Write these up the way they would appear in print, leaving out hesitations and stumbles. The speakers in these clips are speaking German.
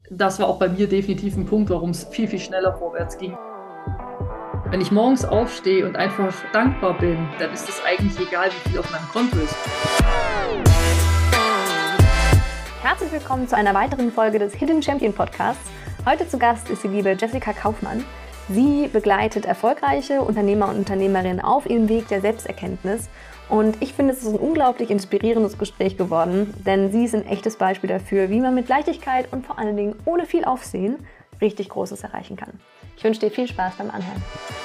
das war auch bei mir definitiv ein Punkt, warum es viel, viel schneller vorwärts ging. Wenn ich morgens aufstehe und einfach dankbar bin, dann ist es eigentlich egal, wie viel auf meinem Konto ist. Herzlich willkommen zu einer weiteren Folge des Hidden Champion Podcasts. Heute zu Gast ist die liebe Jessica Kaufmann. Sie begleitet erfolgreiche Unternehmer und Unternehmerinnen auf ihrem Weg der Selbsterkenntnis. Und ich finde, es ist ein unglaublich inspirierendes Gespräch geworden, denn sie ist ein echtes Beispiel dafür, wie man mit Leichtigkeit und vor allen Dingen ohne viel Aufsehen richtig Großes erreichen kann. Ich wünsche dir viel Spaß beim Anhören.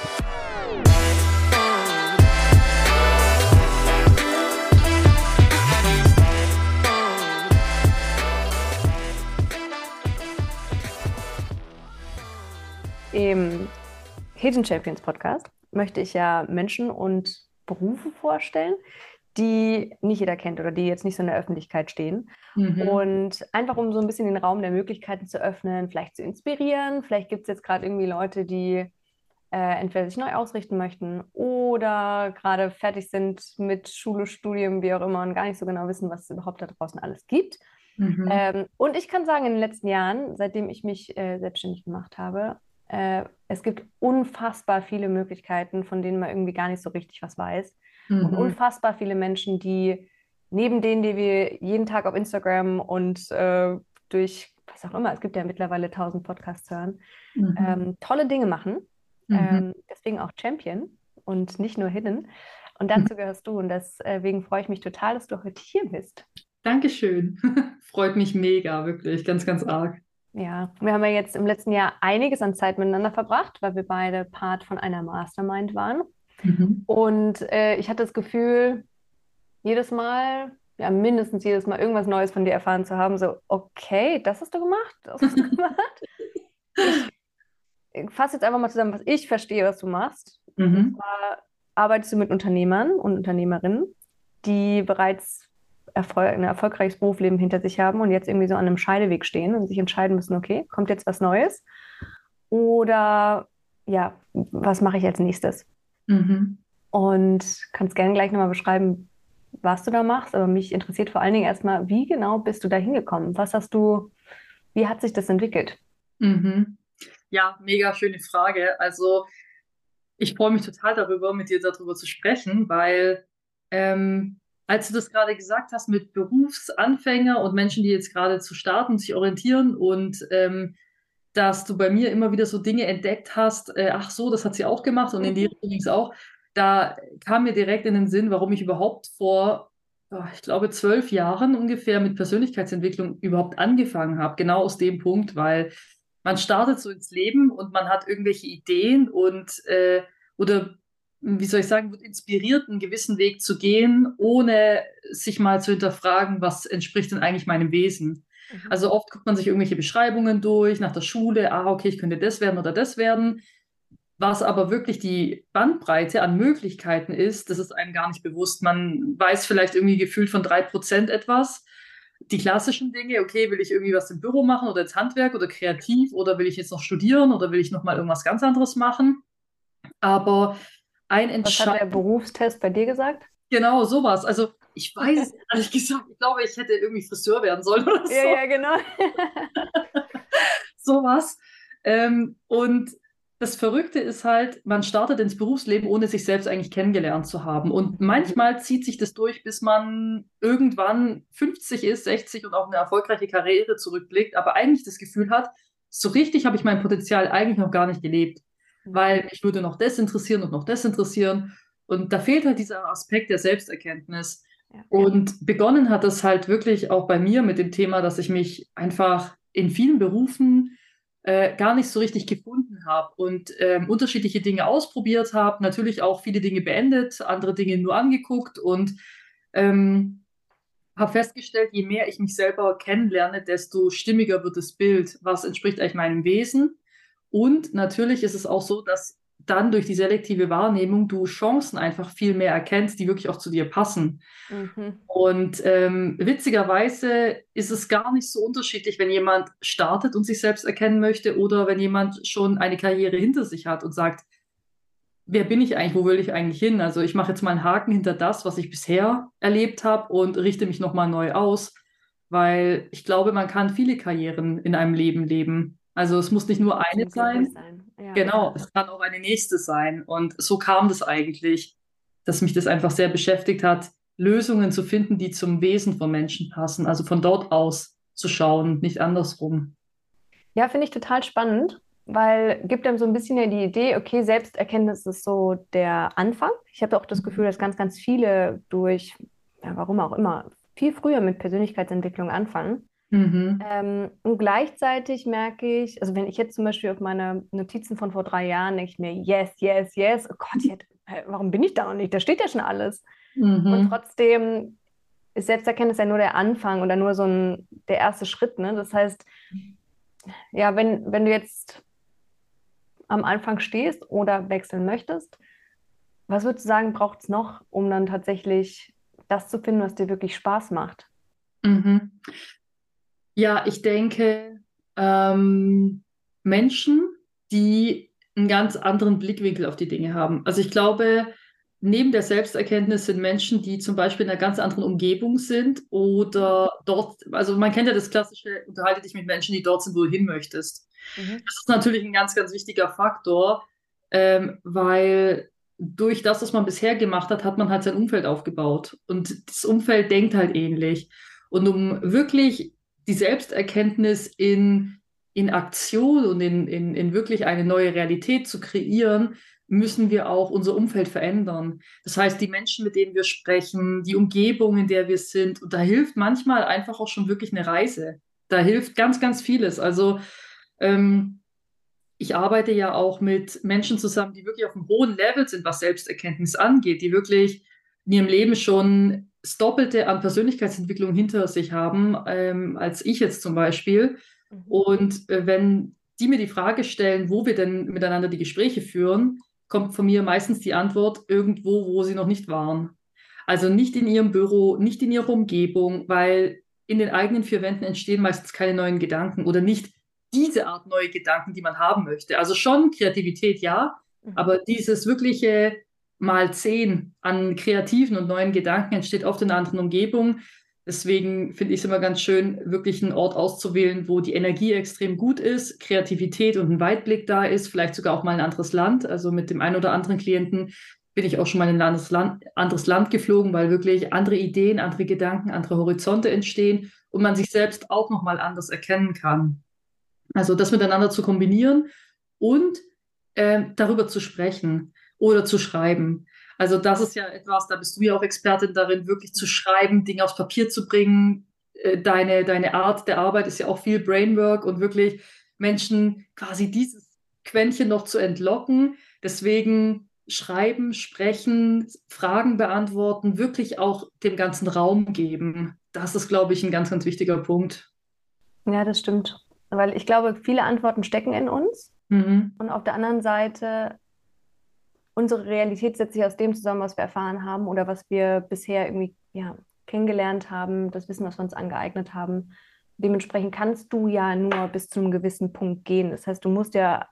Im Hidden Champions Podcast möchte ich ja Menschen und Berufe vorstellen, die nicht jeder kennt oder die jetzt nicht so in der Öffentlichkeit stehen. Und einfach um so ein bisschen den Raum der Möglichkeiten zu öffnen, vielleicht zu inspirieren. Vielleicht gibt es jetzt gerade irgendwie Leute, die entweder sich neu ausrichten möchten oder gerade fertig sind mit Schule, Studium, wie auch immer und gar nicht so genau wissen, was es überhaupt da draußen alles gibt. Und ich kann sagen, in den letzten Jahren, seitdem ich mich selbstständig gemacht habe, es gibt unfassbar viele Möglichkeiten, von denen man irgendwie gar nicht so richtig was weiß. Und unfassbar viele Menschen, die neben denen, die wir jeden Tag auf Instagram und durch, was auch immer, es gibt ja mittlerweile 1000 Podcasts hören, tolle Dinge machen. Deswegen auch Champion und nicht nur Hidden. Und dazu gehörst du. Und deswegen freue ich mich total, dass du heute hier bist. Dankeschön. Freut mich mega, wirklich, ganz, ganz arg. Ja, wir haben ja jetzt im letzten Jahr einiges an Zeit miteinander verbracht, weil wir beide Part von einer Mastermind waren. Und ich hatte das Gefühl, jedes Mal, ja mindestens jedes Mal irgendwas Neues von dir erfahren zu haben. So, okay, das hast du gemacht, das hast du gemacht. Ich fasse jetzt einfach mal zusammen, was ich verstehe, was du machst. Und zwar arbeitest du mit Unternehmern und Unternehmerinnen, die bereits ein erfolgreiches Berufsleben hinter sich haben und jetzt irgendwie so an einem Scheideweg stehen und sich entscheiden müssen, okay, kommt jetzt was Neues? Oder ja, was mache ich als nächstes? Und kannst gerne gleich nochmal beschreiben, was du da machst. Aber mich interessiert vor allen Dingen erstmal, wie genau bist du da hingekommen? Wie hat sich das entwickelt? Ja, mega schöne Frage. Also ich freue mich total darüber, mit dir darüber zu sprechen, weil als du das gerade gesagt hast mit Berufsanfänger und Menschen, die jetzt gerade zu starten, sich orientieren und dass du bei mir immer wieder so Dinge entdeckt hast, ach so, das hat sie auch gemacht und in die Richtung ging es auch, da kam mir direkt in den Sinn, warum ich überhaupt vor, ich glaube, 12 Jahren ungefähr mit Persönlichkeitsentwicklung überhaupt angefangen habe. Genau aus dem Punkt, weil man startet so ins Leben und man hat irgendwelche Ideen und oder wie soll ich sagen, wird inspiriert, einen gewissen Weg zu gehen, ohne sich mal zu hinterfragen, was entspricht denn eigentlich meinem Wesen. Also oft guckt man sich irgendwelche Beschreibungen durch nach der Schule, okay, ich könnte das werden oder das werden. Was aber wirklich die Bandbreite an Möglichkeiten ist, das ist einem gar nicht bewusst. Man weiß vielleicht irgendwie gefühlt von 3% etwas. Die klassischen Dinge, okay, will ich irgendwie was im Büro machen oder ins Handwerk oder kreativ oder will ich jetzt noch studieren oder will ich noch mal irgendwas ganz anderes machen? Aber ein Was hat der Berufstest bei dir gesagt? Genau, sowas. Also ich weiß es ehrlich gesagt, ich glaube, ich hätte irgendwie Friseur werden sollen oder so. Ja, genau. Sowas. Und das Verrückte ist halt, man startet ins Berufsleben, ohne sich selbst eigentlich kennengelernt zu haben. Und manchmal zieht sich das durch, bis man irgendwann 50 ist, 60 und auf eine erfolgreiche Karriere zurückblickt, aber eigentlich das Gefühl hat, so richtig habe ich mein Potenzial eigentlich noch gar nicht gelebt, weil mich würde noch das interessieren und noch das interessieren. Und da fehlt halt dieser Aspekt der Selbsterkenntnis. Ja. Und begonnen hat es halt wirklich auch bei mir mit dem Thema, dass ich mich einfach in vielen Berufen gar nicht so richtig gefunden habe und unterschiedliche Dinge ausprobiert habe, natürlich auch viele Dinge beendet, andere Dinge nur angeguckt und habe festgestellt, je mehr ich mich selber kennenlerne, desto stimmiger wird das Bild, was entspricht eigentlich meinem Wesen. Und natürlich ist es auch so, dass dann durch die selektive Wahrnehmung du Chancen einfach viel mehr erkennst, die wirklich auch zu dir passen. Und witzigerweise ist es gar nicht so unterschiedlich, wenn jemand startet und sich selbst erkennen möchte oder wenn jemand schon eine Karriere hinter sich hat und sagt, wer bin ich eigentlich, wo will ich eigentlich hin? Also ich mache jetzt mal einen Haken hinter das, was ich bisher erlebt habe und richte mich nochmal neu aus. weil ich glaube, man kann viele Karrieren in einem Leben leben. Also es muss nicht nur eine Trotzdem glücklich sein. sein. Ja. Genau, es kann auch eine nächste sein. Und so kam das eigentlich, dass mich das einfach sehr beschäftigt hat, Lösungen zu finden, die zum Wesen von Menschen passen. Also von dort aus zu schauen, nicht andersrum. Ja, finde ich total spannend, weil gibt einem so ein bisschen ja die Idee, okay, Selbsterkenntnis ist so der Anfang. Ich habe auch das Gefühl, dass ganz, ganz viele durch, ja, warum auch immer, viel früher mit Persönlichkeitsentwicklung anfangen. Mhm. Und gleichzeitig merke ich, also wenn ich jetzt zum Beispiel auf meine Notizen von vor 3 Jahren denke ich mir, yes, yes, yes, oh Gott, warum bin ich da noch nicht? Da steht ja schon alles. Und Mhm. trotzdem ist Selbsterkenntnis ja nur der Anfang oder nur der erste Schritt, ne? Das heißt, ja, wenn du jetzt am Anfang stehst oder wechseln möchtest, was würdest du sagen, braucht es noch, um dann tatsächlich das zu finden, was dir wirklich Spaß macht? Mhm. Ja, ich denke, Menschen, die einen ganz anderen Blickwinkel auf die Dinge haben. Also ich glaube, neben der Selbsterkenntnis sind Menschen, die zum Beispiel in einer ganz anderen Umgebung sind oder dort, also man kennt ja das klassische, unterhalte dich mit Menschen, die dort sind, wo du hin möchtest. Mhm. Das ist natürlich ein ganz, ganz wichtiger Faktor, weil durch das, was man bisher gemacht hat, hat man halt sein Umfeld aufgebaut. Und das Umfeld denkt halt ähnlich. Und um wirklich die Selbsterkenntnis in Aktion und in wirklich eine neue Realität zu kreieren, müssen wir auch unser Umfeld verändern. Das heißt, die Menschen, mit denen wir sprechen, die Umgebung, in der wir sind, und da hilft manchmal einfach auch schon wirklich eine Reise. Da hilft ganz, ganz vieles. Also ähm, ich arbeite ja auch mit Menschen zusammen, die wirklich auf einem hohen Level sind, was Selbsterkenntnis angeht, die wirklich in ihrem Leben schon das Doppelte an Persönlichkeitsentwicklung hinter sich haben, als ich jetzt zum Beispiel. Mhm. Und wenn die mir die Frage stellen, wo wir denn miteinander die Gespräche führen, kommt von mir meistens die Antwort irgendwo, wo sie noch nicht waren. Also nicht in ihrem Büro, nicht in ihrer Umgebung, weil in den eigenen vier Wänden entstehen meistens keine neuen Gedanken oder nicht diese Art neue Gedanken, die man haben möchte. Also schon Kreativität, ja, Mhm. aber dieses wirkliche mal 10 an kreativen und neuen Gedanken entsteht oft in einer anderen Umgebung. Deswegen finde ich es immer ganz schön, wirklich einen Ort auszuwählen, wo die Energie extrem gut ist, Kreativität und ein Weitblick da ist, vielleicht sogar auch mal ein anderes Land. Also mit dem einen oder anderen Klienten bin ich auch schon mal in ein anderes Land geflogen, weil wirklich andere Ideen, andere Gedanken, andere Horizonte entstehen und man sich selbst auch noch mal anders erkennen kann. Also das miteinander zu kombinieren und darüber zu sprechen oder zu schreiben. Also das ist ja etwas, da bist du ja auch Expertin darin, wirklich zu schreiben, Dinge aufs Papier zu bringen. Deine Art der Arbeit ist ja auch viel Brainwork und wirklich Menschen quasi dieses Quäntchen noch zu entlocken. Deswegen schreiben, sprechen, Fragen beantworten, wirklich auch dem ganzen Raum geben. Das ist, glaube ich, ein ganz, ganz wichtiger Punkt. Ja, das stimmt. Weil ich glaube, viele Antworten stecken in uns. Mhm. Und auf der anderen Seite, unsere Realität setzt sich aus dem zusammen, was wir erfahren haben oder was wir bisher irgendwie ja, kennengelernt haben, das Wissen, was wir uns angeeignet haben. Dementsprechend kannst du ja nur bis zu einem gewissen Punkt gehen. Das heißt, du musst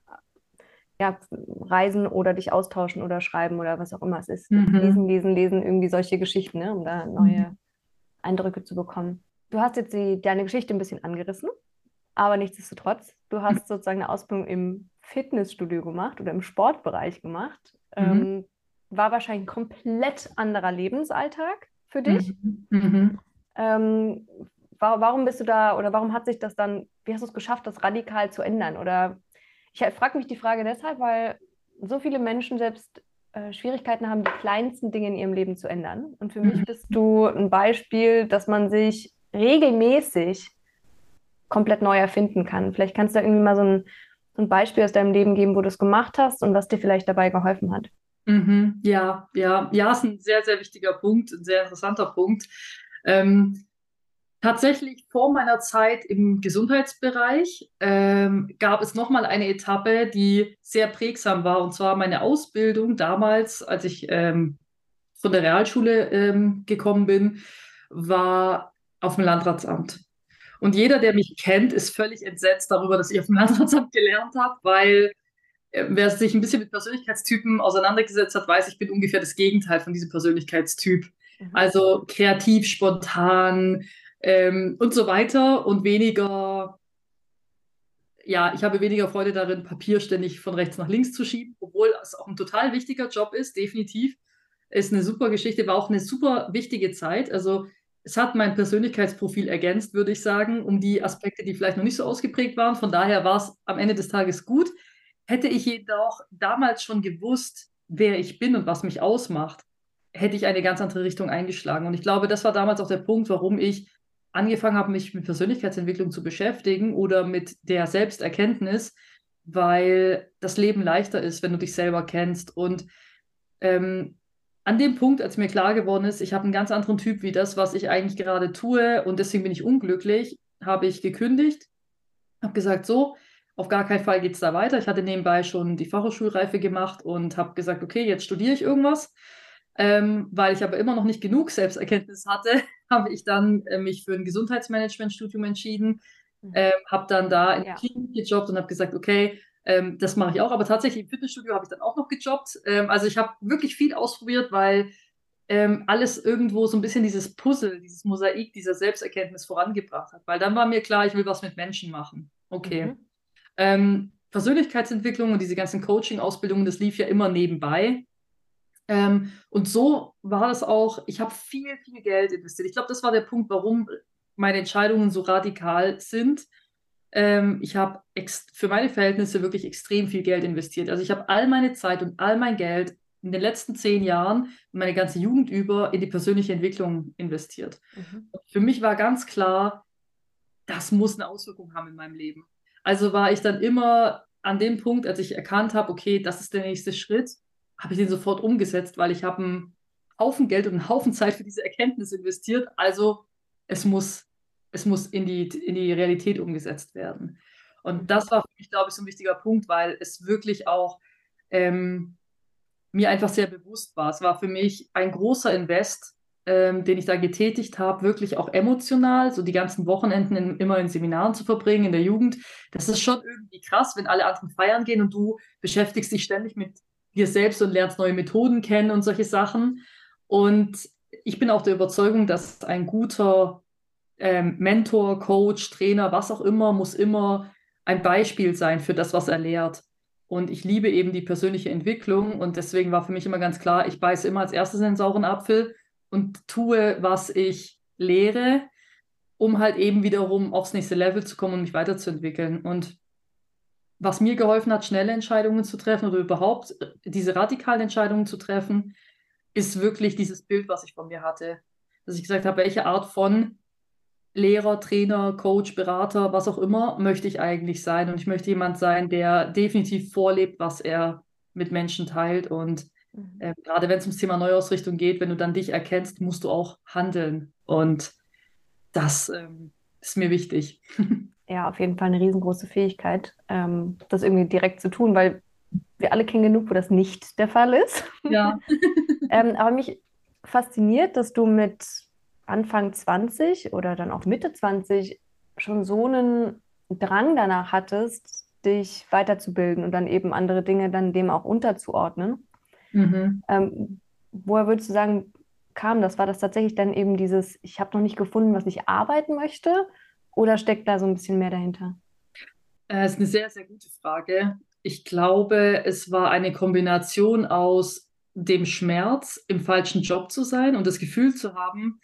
ja reisen oder dich austauschen oder schreiben oder was auch immer es ist. Lesen, Mhm. lesen, lesen, irgendwie solche Geschichten, ne, um da Mhm. neue Eindrücke zu bekommen. Du hast jetzt deine Geschichte ein bisschen angerissen, aber nichtsdestotrotz, du hast sozusagen eine Ausbildung im Fitnessstudio gemacht oder im Sportbereich gemacht. Mhm. War wahrscheinlich ein komplett anderer Lebensalltag für dich. Mhm. Mhm. Ähm, warum bist du da oder warum hat sich das dann, wie hast du es geschafft, das radikal zu ändern? Oder ich frage mich die Frage deshalb, weil so viele Menschen selbst Schwierigkeiten haben, die kleinsten Dinge in ihrem Leben zu ändern. Und für mich Mhm. bist du ein Beispiel, dass man sich regelmäßig komplett neu erfinden kann. Vielleicht kannst du da irgendwie mal so ein Beispiel aus deinem Leben geben, wo du es gemacht hast und was dir vielleicht dabei geholfen hat. Mhm. Ja, ja, ja, ist ein sehr, sehr wichtiger Punkt, ein sehr interessanter Punkt. Ähm, Tatsächlich vor meiner Zeit im Gesundheitsbereich gab es nochmal eine Etappe, die sehr prägsam war, und zwar meine Ausbildung damals, als ich von der Realschule gekommen bin, war auf dem Landratsamt. Und jeder, der mich kennt, ist völlig entsetzt darüber, dass ich auf dem Landratsamt gelernt habe, weil wer sich ein bisschen mit Persönlichkeitstypen auseinandergesetzt hat, weiß, ich bin ungefähr das Gegenteil von diesem Persönlichkeitstyp. Mhm. Also kreativ, spontan, und so weiter und weniger, ja, ich habe weniger Freude darin, Papier ständig von rechts nach links zu schieben, obwohl es auch ein total wichtiger Job ist, definitiv. Ist eine super Geschichte, war auch eine super wichtige Zeit. Also es hat mein Persönlichkeitsprofil ergänzt, würde ich sagen, um die Aspekte, die vielleicht noch nicht so ausgeprägt waren. Von daher war es am Ende des Tages gut. Hätte ich jedoch damals schon gewusst, wer ich bin und was mich ausmacht, hätte ich eine ganz andere Richtung eingeschlagen. Und ich glaube, das war damals auch der Punkt, warum ich angefangen habe, mich mit Persönlichkeitsentwicklung zu beschäftigen oder mit der Selbsterkenntnis, weil das Leben leichter ist, wenn du dich selber kennst. Und ähm, an dem Punkt, als mir klar geworden ist, ich habe einen ganz anderen Typ wie das, was ich eigentlich gerade tue und deswegen bin ich unglücklich, habe ich gekündigt, habe gesagt, so, auf gar keinen Fall geht es da weiter. Ich hatte nebenbei schon die Fachhochschulreife gemacht und habe gesagt, okay, jetzt studiere ich irgendwas. Weil ich aber immer noch nicht genug Selbsterkenntnis hatte, habe ich dann mich für ein Gesundheitsmanagement-Studium entschieden, habe dann da in der Ja. Klinik gejobbt und habe gesagt, okay, das mache ich auch. Aber tatsächlich im Fitnessstudio habe ich dann auch noch gejobbt. Also ich habe wirklich viel ausprobiert, weil alles irgendwo so ein bisschen dieses Puzzle, dieses Mosaik dieser Selbsterkenntnis vorangebracht hat. Weil dann war mir klar, ich will was mit Menschen machen. Okay. Mhm. Persönlichkeitsentwicklung und diese ganzen Coaching-Ausbildungen, das lief ja immer nebenbei. Und so war das auch, ich habe viel, viel Geld investiert. Ich glaube, das war der Punkt, warum meine Entscheidungen so radikal sind. Ich habe für meine Verhältnisse wirklich extrem viel Geld investiert. Also ich habe all meine Zeit und all mein Geld in den letzten 10 Jahren, meine ganze Jugend über, in die persönliche Entwicklung investiert. Mhm. Und für mich war ganz klar, das muss eine Auswirkung haben in meinem Leben. Also war ich dann immer an dem Punkt, als ich erkannt habe, okay, das ist der nächste Schritt, habe ich den sofort umgesetzt, weil ich habe einen Haufen Geld und einen Haufen Zeit für diese Erkenntnis investiert. Also es muss, es muss in die Realität umgesetzt werden. Und Mhm. das war für mich, glaube ich, so ein wichtiger Punkt, weil es wirklich auch ähm, mir einfach sehr bewusst war. Es war für mich ein großer Invest, den ich da getätigt habe, wirklich auch emotional, so die ganzen Wochenenden immer in Seminaren zu verbringen in der Jugend. Das ist schon irgendwie krass, wenn alle anderen feiern gehen und du beschäftigst dich ständig mit dir selbst und lernst neue Methoden kennen und solche Sachen. Und ich bin auch der Überzeugung, dass ein guter Mentor, Coach, Trainer, was auch immer, muss immer ein Beispiel sein für das, was er lehrt. Und ich liebe eben die persönliche Entwicklung und deswegen war für mich immer ganz klar, ich beiße immer als erstes in den sauren Apfel und tue, was ich lehre, um halt eben wiederum aufs nächste Level zu kommen und mich weiterzuentwickeln. Und was mir geholfen hat, schnelle Entscheidungen zu treffen oder überhaupt diese radikalen Entscheidungen zu treffen, ist wirklich dieses Bild, was ich von mir hatte. Dass ich gesagt habe, welche Art von Lehrer, Trainer, Coach, Berater, was auch immer, möchte ich eigentlich sein. Und ich möchte jemand sein, der definitiv vorlebt, was er mit Menschen teilt. Und Mhm. gerade wenn es ums Thema Neuausrichtung geht, wenn du dann dich erkennst, musst du auch handeln. Und das ist mir wichtig. Ja, auf jeden Fall eine riesengroße Fähigkeit, das irgendwie direkt zu tun, weil wir alle kennen genug, wo das nicht der Fall ist. Ja. Aber mich fasziniert, dass du mit Anfang 20 oder dann auch Mitte 20 schon so einen Drang danach hattest, dich weiterzubilden und dann eben andere Dinge dann dem auch unterzuordnen. Mhm. Woher würdest du sagen, kam das? War das tatsächlich dann eben dieses, ich habe noch nicht gefunden, was ich arbeiten möchte? Oder steckt da so ein bisschen mehr dahinter? Ist eine sehr, sehr gute Frage. Ich glaube, es war eine Kombination aus dem Schmerz, im falschen Job zu sein und das Gefühl zu haben,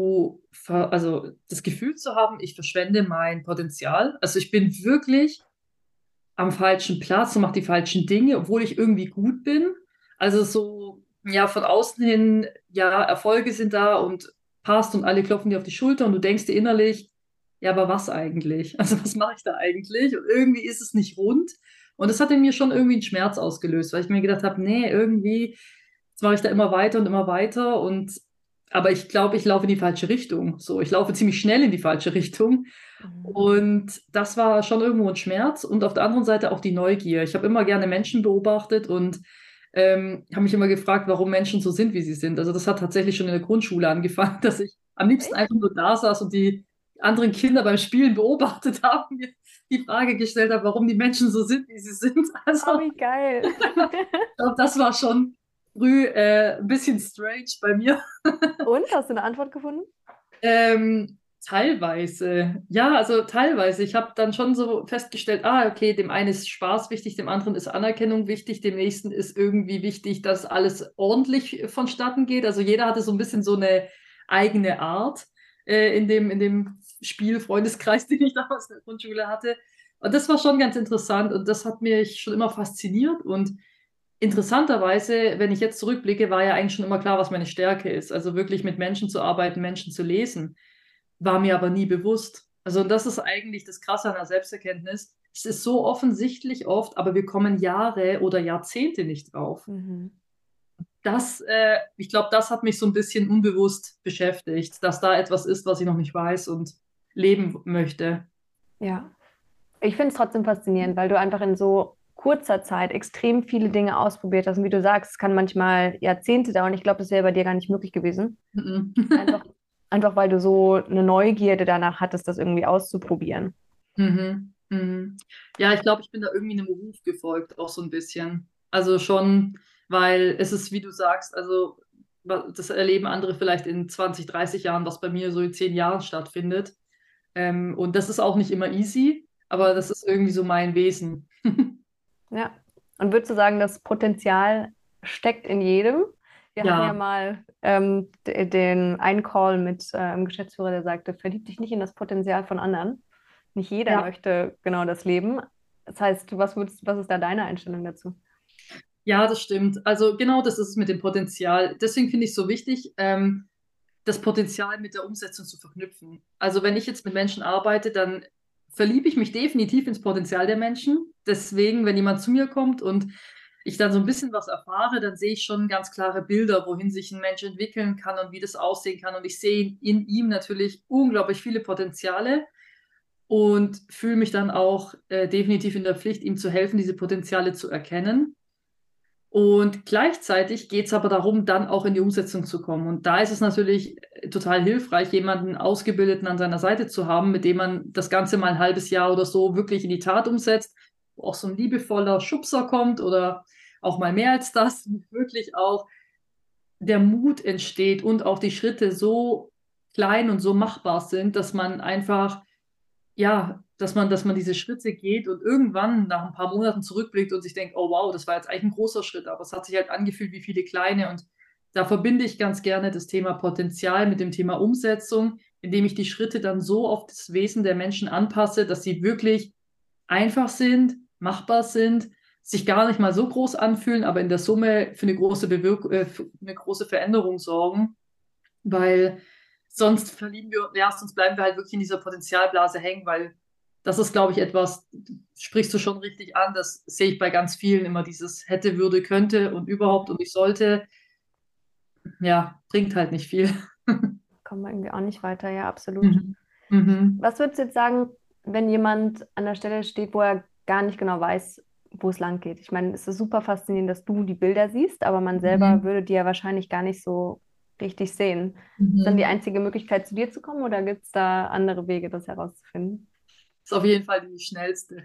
also das Gefühl zu haben, ich verschwende mein Potenzial. Also ich bin wirklich am falschen Platz und mache die falschen Dinge, obwohl ich irgendwie gut bin. Also so, ja, von außen hin, ja, Erfolge sind da und passt und alle klopfen dir auf die Schulter und du denkst dir innerlich, ja, aber was eigentlich? Also was mache ich da eigentlich? Und irgendwie ist es nicht rund. Und das hat in mir schon irgendwie einen Schmerz ausgelöst, weil ich mir gedacht habe, nee, irgendwie, jetzt mache ich da immer weiter und immer weiter aber ich glaube, ich laufe in die falsche Richtung. So, ich laufe ziemlich schnell in die falsche Richtung. Mhm. Und das war schon irgendwo ein Schmerz und auf der anderen Seite auch die Neugier. Ich habe immer gerne Menschen beobachtet und habe mich immer gefragt, warum Menschen so sind, wie sie sind. Also das hat tatsächlich schon in der Grundschule angefangen, dass ich am liebsten Echt? einfach nur da saß und die anderen Kinder beim Spielen beobachtet habe, mir die Frage gestellt habe, warum die Menschen so sind, wie sie sind. Oh, Also wie geil. ich glaube, das war schon früh ein bisschen strange bei mir. Und, hast du eine Antwort gefunden? Teilweise. Ja, also teilweise. Ich habe dann schon so festgestellt, okay, dem einen ist Spaß wichtig, dem anderen ist Anerkennung wichtig, dem nächsten ist irgendwie wichtig, dass alles ordentlich vonstatten geht. Also jeder hatte so ein bisschen so eine eigene Art in dem Spiel Freundeskreis, den ich damals in der Grundschule hatte. Und das war schon ganz interessant und das hat mich schon immer fasziniert. Und interessanterweise, wenn ich jetzt zurückblicke, war ja eigentlich schon immer klar, was meine Stärke ist. Also wirklich mit Menschen zu arbeiten, Menschen zu lesen, war mir aber nie bewusst. Also und das ist eigentlich das Krasse an der Selbsterkenntnis. Es ist so offensichtlich oft, aber wir kommen Jahre oder Jahrzehnte nicht drauf. Mhm. Ich glaube, das hat mich so ein bisschen unbewusst beschäftigt, dass da etwas ist, was ich noch nicht weiß und leben möchte. Ja, ich finde es trotzdem faszinierend, weil du einfach in so kurzer Zeit extrem viele Dinge ausprobiert hast. Und wie du sagst, es kann manchmal Jahrzehnte dauern. Ich glaube, das wäre bei dir gar nicht möglich gewesen. Mhm. Einfach, einfach weil du so eine Neugierde danach hattest, das irgendwie auszuprobieren. Mhm. Mhm. Ja, ich glaube, ich bin da irgendwie einem Beruf gefolgt, auch so ein bisschen. Also schon, weil es ist, wie du sagst, also das erleben andere vielleicht in 20, 30 Jahren, was bei mir so in 10 Jahren stattfindet. Und das ist auch nicht immer easy, aber das ist irgendwie so mein Wesen. Ja. Und würdest du sagen, das Potenzial steckt in jedem? Wir hatten ja Ja, mal den einen Call mit einem Geschäftsführer, der sagte, verlieb dich nicht in das Potenzial von anderen. Nicht jeder ja. möchte genau das leben. Das heißt, was ist da deine Einstellung dazu? Ja, das stimmt. Also genau das ist es mit dem Potenzial. Deswegen finde ich es so wichtig, das Potenzial mit der Umsetzung zu verknüpfen. Also wenn ich jetzt mit Menschen arbeite, dann verliebe ich mich definitiv ins Potenzial der Menschen. Deswegen, wenn jemand zu mir kommt und ich dann so ein bisschen was erfahre, dann sehe ich schon ganz klare Bilder, wohin sich ein Mensch entwickeln kann und wie das aussehen kann. Und ich sehe in ihm natürlich unglaublich viele Potenziale und fühle mich dann auch definitiv in der Pflicht, ihm zu helfen, diese Potenziale zu erkennen. Und gleichzeitig geht es aber darum, dann auch in die Umsetzung zu kommen. Und da ist es natürlich total hilfreich, jemanden Ausgebildeten an seiner Seite zu haben, mit dem man das Ganze mal ein halbes Jahr oder so wirklich in die Tat umsetzt, wo auch so ein liebevoller Schubser kommt oder auch mal mehr als das, wirklich auch der Mut entsteht und auch die Schritte so klein und so machbar sind, dass man einfach ja, dass man diese Schritte geht und irgendwann nach ein paar Monaten zurückblickt und sich denkt, oh wow, das war jetzt eigentlich ein großer Schritt, aber es hat sich halt angefühlt wie viele kleine. Und da verbinde ich ganz gerne das Thema Potenzial mit dem Thema Umsetzung, indem ich die Schritte dann so auf das Wesen der Menschen anpasse, dass sie wirklich einfach sind, machbar sind, sich gar nicht mal so groß anfühlen, aber in der Summe für eine für eine große Veränderung sorgen, weil sonst verlieben wir, ja, sonst bleiben wir halt wirklich in dieser Potenzialblase hängen, weil das ist, glaube ich, etwas, sprichst du schon richtig an, das sehe ich bei ganz vielen immer, dieses hätte, würde, könnte und überhaupt und ich sollte, ja, bringt halt nicht viel. Kommen wir irgendwie auch nicht weiter, ja, absolut. Mhm. Mhm. Was würdest du jetzt sagen, wenn jemand an der Stelle steht, wo er gar nicht genau weiß, wo es lang geht? Ich meine, es ist super faszinierend, dass du die Bilder siehst, aber man selber Mhm. würde die ja wahrscheinlich gar nicht so richtig sehen. Ist dann die Mhm. einzige Möglichkeit, zu dir zu kommen oder gibt es da andere Wege, das herauszufinden? Ist auf jeden Fall die schnellste.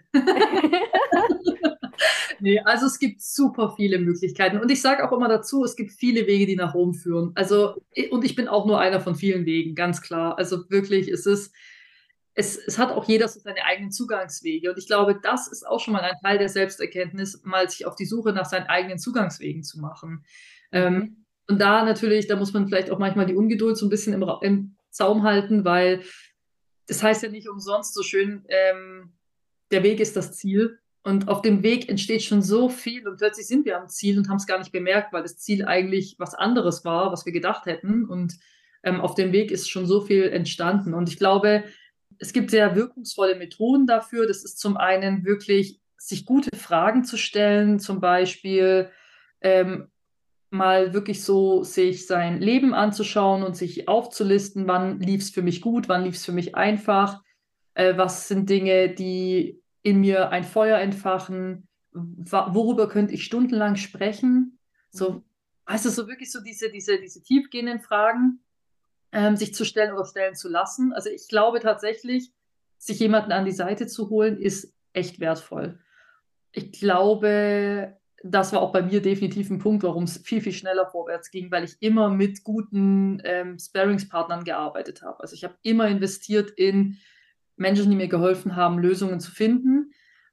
Nee, also es gibt super viele Möglichkeiten. Und ich sage auch immer dazu, es gibt viele Wege, die nach Rom führen. Also, und ich bin auch nur einer von vielen Wegen, ganz klar. Also wirklich, es hat auch jeder so seine eigenen Zugangswege. Und ich glaube, das ist auch schon mal ein Teil der Selbsterkenntnis, mal sich auf die Suche nach seinen eigenen Zugangswegen zu machen. Mhm. Und da natürlich, da muss man vielleicht auch manchmal die Ungeduld so ein bisschen im Zaum halten, weil das heißt ja nicht umsonst so schön, der Weg ist das Ziel. Und auf dem Weg entsteht schon so viel und plötzlich sind wir am Ziel und haben es gar nicht bemerkt, weil das Ziel eigentlich was anderes war, was wir gedacht hätten. Und auf dem Weg ist schon so viel entstanden. Und ich glaube, es gibt sehr wirkungsvolle Methoden dafür. Das ist zum einen wirklich, sich gute Fragen zu stellen, zum Beispiel ähm, mal wirklich so sich sein Leben anzuschauen und sich aufzulisten, wann lief es für mich gut, wann lief es für mich einfach, was sind Dinge, die in mir ein Feuer entfachen, worüber könnte ich stundenlang sprechen, Mhm. so, also so wirklich so diese tiefgehenden Fragen sich zu stellen oder stellen zu lassen. Also ich glaube tatsächlich, sich jemanden an die Seite zu holen, ist echt wertvoll. Ich glaube, das war auch bei mir definitiv ein Punkt, warum es viel, viel schneller vorwärts ging, weil ich immer mit guten Sparringspartnern gearbeitet habe. Also ich habe immer investiert in Menschen, die mir geholfen haben, Lösungen zu finden.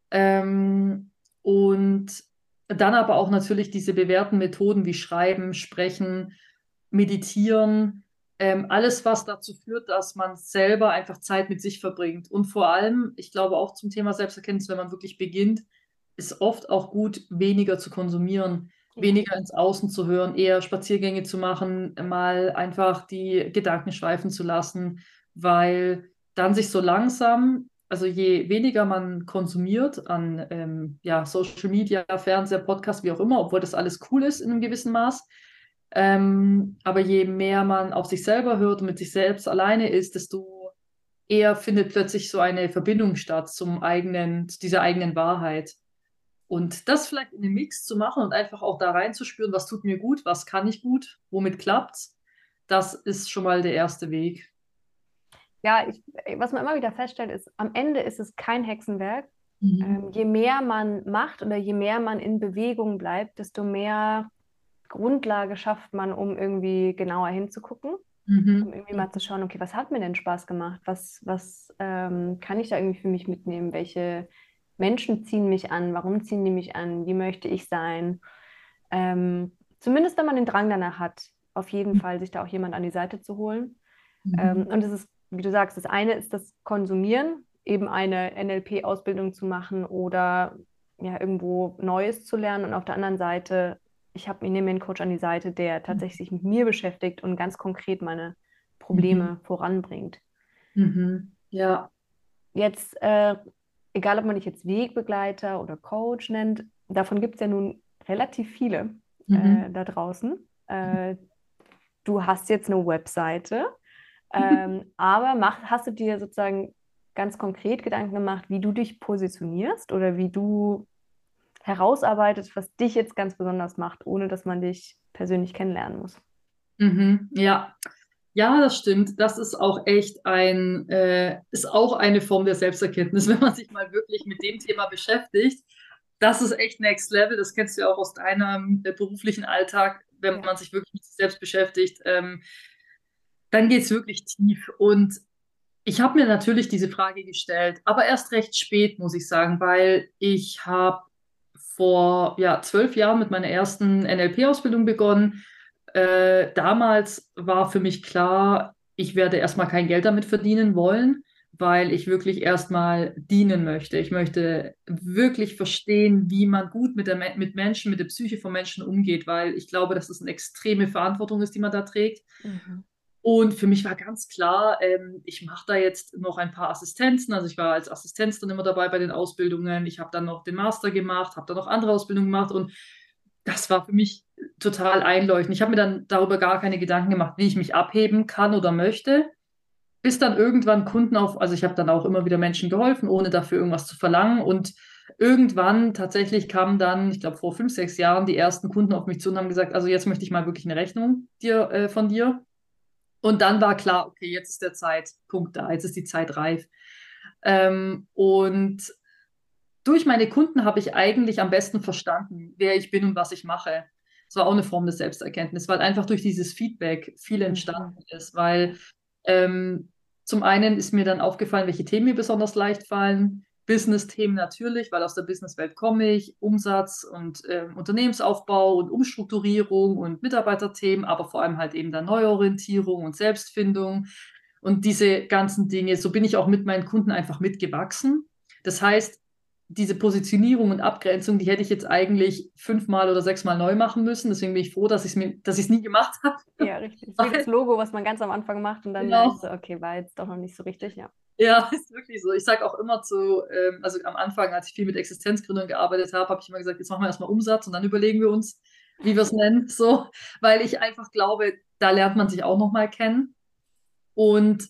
Und dann aber auch natürlich diese bewährten Methoden wie Schreiben, Sprechen, Meditieren, alles, was dazu führt, dass man selber einfach Zeit mit sich verbringt. Und vor allem, ich glaube auch zum Thema Selbsterkenntnis, wenn man wirklich beginnt, ist oft auch gut, weniger zu konsumieren, weniger ins Außen zu hören, eher Spaziergänge zu machen, mal einfach die Gedanken schweifen zu lassen, weil dann sich so langsam, also je weniger man konsumiert an ja, Social Media, Fernseher, Podcast, wie auch immer, obwohl das alles cool ist in einem gewissen Maß, aber je mehr man auf sich selber hört und mit sich selbst alleine ist, desto eher findet plötzlich so eine Verbindung statt zu dieser eigenen Wahrheit. Und das vielleicht in den Mix zu machen und einfach auch da reinzuspüren, was tut mir gut, was kann ich gut, womit klappt's, das ist schon mal der erste Weg. Ja, was man immer wieder feststellt, ist, am Ende ist es kein Hexenwerk. Mhm. Je mehr man macht oder je mehr man in Bewegung bleibt, desto mehr Grundlage schafft man, um irgendwie genauer hinzugucken, um irgendwie mal zu schauen, okay, was hat mir denn Spaß gemacht? Was kann ich da irgendwie für mich mitnehmen? Welche Menschen ziehen mich an? Warum ziehen die mich an? Wie möchte ich sein? Zumindest wenn man den Drang danach hat, auf jeden Fall sich da auch jemand an die Seite zu holen. Und es ist, wie du sagst, das eine ist das Konsumieren, eben eine NLP-Ausbildung zu machen oder ja, irgendwo Neues zu lernen. Und auf der anderen Seite, ich nehme mir einen Coach an die Seite, der tatsächlich sich mit mir beschäftigt und ganz konkret meine Probleme voranbringt. Ja. Jetzt, egal ob man dich jetzt Wegbegleiter oder Coach nennt, davon gibt es ja nun relativ viele da draußen. Du hast jetzt eine Webseite, aber hast du dir sozusagen ganz konkret Gedanken gemacht, wie du dich positionierst oder wie du herausarbeitest, was dich jetzt ganz besonders macht, ohne dass man dich persönlich kennenlernen muss? Ja. Ja, das stimmt. Das ist auch echt ist auch eine Form der Selbsterkenntnis, wenn man sich mal wirklich mit dem Thema beschäftigt. Das ist echt Next Level. Das kennst du ja auch aus deinem beruflichen Alltag, wenn man sich wirklich mit sich selbst beschäftigt. Dann geht es wirklich tief. Und ich habe mir natürlich diese Frage gestellt, aber erst recht spät, muss ich sagen, weil ich habe vor 12 Jahren mit meiner ersten NLP-Ausbildung begonnen. Damals war für mich klar, ich werde erstmal kein Geld damit verdienen wollen, weil ich wirklich erstmal dienen möchte. Ich möchte wirklich verstehen, wie man gut mit Menschen, mit der Psyche von Menschen umgeht, weil ich glaube, dass es eine extreme Verantwortung ist, die man da trägt. Und für mich war ganz klar, ich mache da jetzt noch ein paar Assistenzen. Also ich war als Assistenz dann immer dabei bei den Ausbildungen. Ich habe dann noch den Master gemacht, habe dann noch andere Ausbildungen gemacht und das war für mich total einleuchtend. Ich habe mir dann darüber gar keine Gedanken gemacht, wie ich mich abheben kann oder möchte, bis dann irgendwann also ich habe dann auch immer wieder Menschen geholfen, ohne dafür irgendwas zu verlangen und irgendwann tatsächlich kamen dann, ich glaube vor 5, 6 Jahren, die ersten Kunden auf mich zu und haben gesagt, also jetzt möchte ich mal wirklich eine Rechnung von dir. Und dann war klar, okay, jetzt ist der Zeitpunkt da, jetzt ist die Zeit reif. Und durch meine Kunden habe ich eigentlich am besten verstanden, wer ich bin und was ich mache. Das war auch eine Form der Selbsterkenntnis, weil einfach durch dieses Feedback viel entstanden ist. Weil zum einen ist mir dann aufgefallen, welche Themen mir besonders leicht fallen. Business-Themen natürlich, weil aus der Businesswelt komme ich, Umsatz und Unternehmensaufbau und Umstrukturierung und Mitarbeiterthemen, aber vor allem halt eben dann Neuorientierung und Selbstfindung und diese ganzen Dinge. So bin ich auch mit meinen Kunden einfach mitgewachsen. Das heißt, diese Positionierung und Abgrenzung, die hätte ich jetzt eigentlich 5-mal oder 6-mal neu machen müssen. Deswegen bin ich froh, dass ich es nie gemacht habe. Ja, richtig. Wie das Logo, was man ganz am Anfang macht und dann Genau. merkt so, okay, war jetzt doch noch nicht so richtig, ja. Ja, ist wirklich so. Ich sage auch immer also am Anfang, als ich viel mit Existenzgründern gearbeitet habe, habe ich immer gesagt, jetzt machen wir erstmal Umsatz und dann überlegen wir uns, wie wir es nennen, so, weil ich einfach glaube, da lernt man sich auch nochmal kennen. Und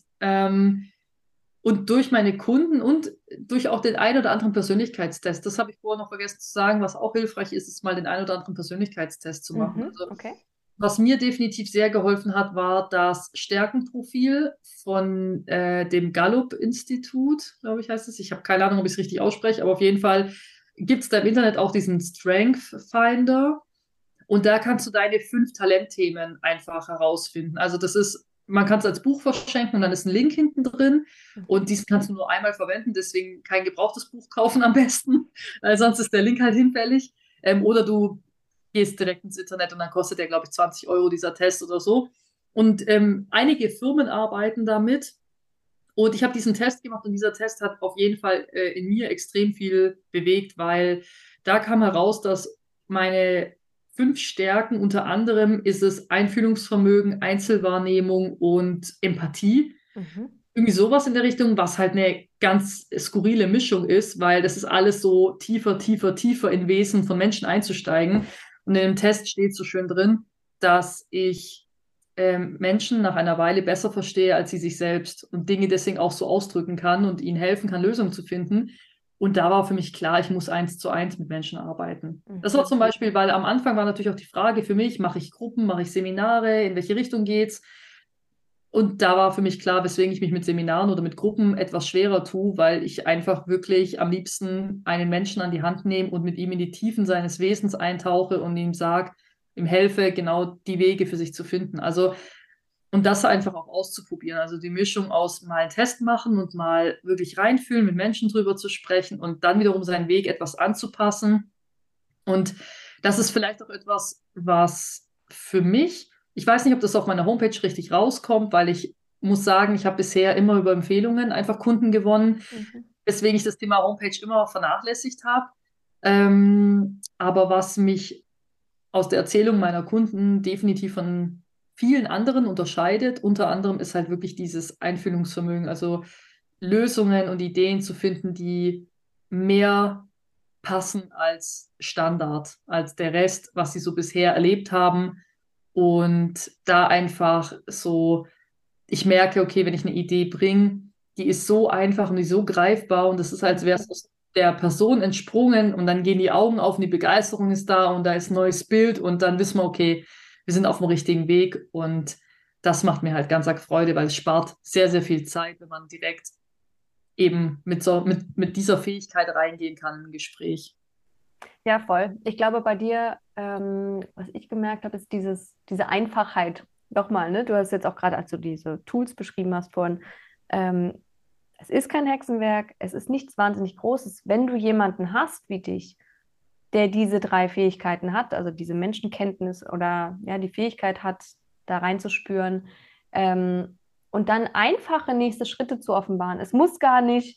durch meine Kunden und durch auch den einen oder anderen Persönlichkeitstest, das habe ich vorher noch vergessen zu sagen, was auch hilfreich ist, ist mal den einen oder anderen Persönlichkeitstest zu machen. Also, Okay. was mir definitiv sehr geholfen hat, war das Stärkenprofil von dem Gallup-Institut, glaube ich, heißt es. Ich habe keine Ahnung, ob ich es richtig ausspreche, aber auf jeden Fall gibt es da im Internet auch diesen Strength Finder und da kannst du deine 5 Talentthemen einfach herausfinden. Also das ist, man kann es als Buch verschenken und dann ist ein Link hinten drin und diesen kannst du nur einmal verwenden, deswegen kein gebrauchtes Buch kaufen am besten, weil sonst ist der Link halt hinfällig. Oder du gehst direkt ins Internet und dann kostet der, glaube ich, 20 Euro dieser Test oder so. Und einige Firmen arbeiten damit. Und ich habe diesen Test gemacht und dieser Test hat auf jeden Fall in mir extrem viel bewegt, weil da kam heraus, dass meine 5 Stärken unter anderem ist es Einfühlungsvermögen, Einzelwahrnehmung und Empathie. Irgendwie sowas in der Richtung, was halt eine ganz skurrile Mischung ist, weil das ist alles so tiefer, tiefer, tiefer in Wesen von Menschen einzusteigen. Und in dem Test steht so schön drin, dass ich Menschen nach einer Weile besser verstehe als sie sich selbst und Dinge deswegen auch so ausdrücken kann und ihnen helfen kann, Lösungen zu finden. Und da war für mich klar, ich muss 1:1 mit Menschen arbeiten. Das war zum Beispiel, weil am Anfang war natürlich auch die Frage für mich, mache ich Gruppen, mache ich Seminare, in welche Richtung geht's? Und da war für mich klar, weswegen ich mich mit Seminaren oder mit Gruppen etwas schwerer tue, weil ich einfach wirklich am liebsten einen Menschen an die Hand nehme und mit ihm in die Tiefen seines Wesens eintauche und ihm sage, ihm helfe, genau die Wege für sich zu finden. Also, und das einfach auch auszuprobieren. Also die Mischung aus mal einen Test machen und mal wirklich reinfühlen, mit Menschen drüber zu sprechen und dann wiederum seinen Weg etwas anzupassen. Und das ist vielleicht auch etwas, was für mich, ich weiß nicht, ob das auf meiner Homepage richtig rauskommt, weil ich muss sagen, ich habe bisher immer über Empfehlungen einfach Kunden gewonnen, weswegen ich das Thema Homepage immer vernachlässigt habe. Aber was mich aus der Erzählung meiner Kunden definitiv von vielen anderen unterscheidet, unter anderem ist halt wirklich dieses Einfühlungsvermögen, also Lösungen und Ideen zu finden, die mehr passen als Standard, als der Rest, was sie so bisher erlebt haben. Und da einfach so, ich merke, okay, wenn ich eine Idee bringe, die ist so einfach und die ist so greifbar und das ist, als wäre es aus der Person entsprungen und dann gehen die Augen auf und die Begeisterung ist da und da ist ein neues Bild und dann wissen wir, okay, wir sind auf dem richtigen Weg und das macht mir halt ganz arg Freude, weil es spart sehr, sehr viel Zeit, wenn man direkt eben mit dieser Fähigkeit reingehen kann in ein Gespräch. Ja, voll. Ich glaube, bei dir, was ich gemerkt habe, ist diese Einfachheit. Nochmal, ne? Du hast jetzt auch gerade, als du diese Tools beschrieben hast vorhin, es ist kein Hexenwerk, es ist nichts wahnsinnig Großes. Wenn du jemanden hast wie dich, der diese 3 Fähigkeiten hat, also diese Menschenkenntnis oder ja, die Fähigkeit hat, da reinzuspüren, und dann einfache nächste Schritte zu offenbaren. Es muss gar nicht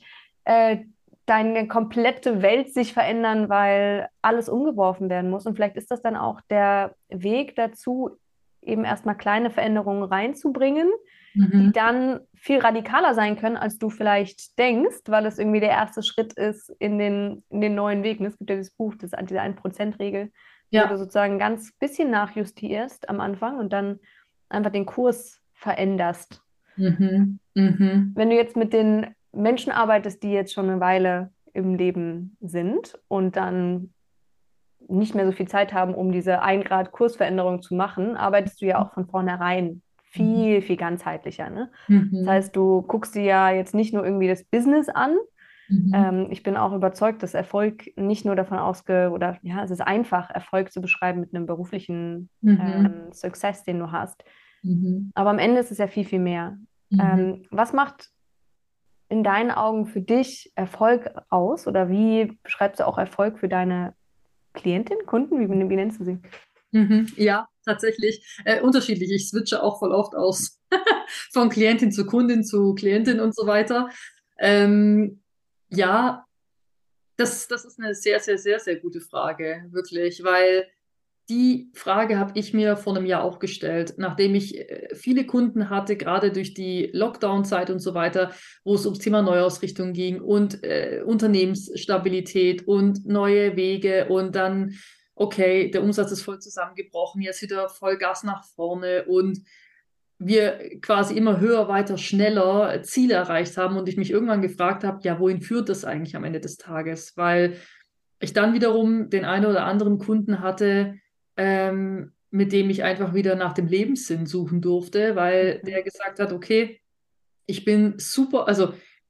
deine komplette Welt sich verändern, weil alles umgeworfen werden muss. Und vielleicht ist das dann auch der Weg dazu, eben erstmal kleine Veränderungen reinzubringen, die dann viel radikaler sein können, als du vielleicht denkst, weil es irgendwie der erste Schritt ist in den neuen Weg. Es gibt ja dieses Buch, diese 1%-Regel, wo du sozusagen ein ganz bisschen nachjustierst am Anfang und dann einfach den Kurs veränderst. Wenn du jetzt mit den Menschen arbeitest, die jetzt schon eine Weile im Leben sind und dann nicht mehr so viel Zeit haben, um diese 1 Grad Kursveränderung zu machen, arbeitest du ja auch von vornherein viel, viel ganzheitlicher. Ne? Das heißt, du guckst dir ja jetzt nicht nur irgendwie das Business an. Ich bin auch überzeugt, dass Erfolg nicht nur davon ausgeht, oder ja, es ist einfach, Erfolg zu beschreiben mit einem beruflichen Success, den du hast. Aber am Ende ist es ja viel, viel mehr. Was macht in deinen Augen für dich Erfolg aus? Oder wie beschreibst du auch Erfolg für deine Klientin, Kunden? Wie nennst du sie? Ja, tatsächlich. Unterschiedlich. Ich switche auch voll oft aus von Klientin zu Kundin zu Klientin und so weiter. Ja, das ist eine sehr, sehr, sehr, sehr gute Frage, wirklich, weil die Frage habe ich mir vor einem Jahr auch gestellt, nachdem ich viele Kunden hatte, gerade durch die Lockdown-Zeit und so weiter, wo es ums Thema Neuausrichtung ging und Unternehmensstabilität und neue Wege und dann, okay, der Umsatz ist voll zusammengebrochen, jetzt wieder Vollgas nach vorne und wir quasi immer höher, weiter, schneller Ziele erreicht haben und ich mich irgendwann gefragt habe, ja, wohin führt das eigentlich am Ende des Tages? Weil ich dann wiederum den einen oder anderen Kunden hatte, mit dem ich einfach wieder nach dem Lebenssinn suchen durfte, weil der gesagt hat, okay, ich bin super, also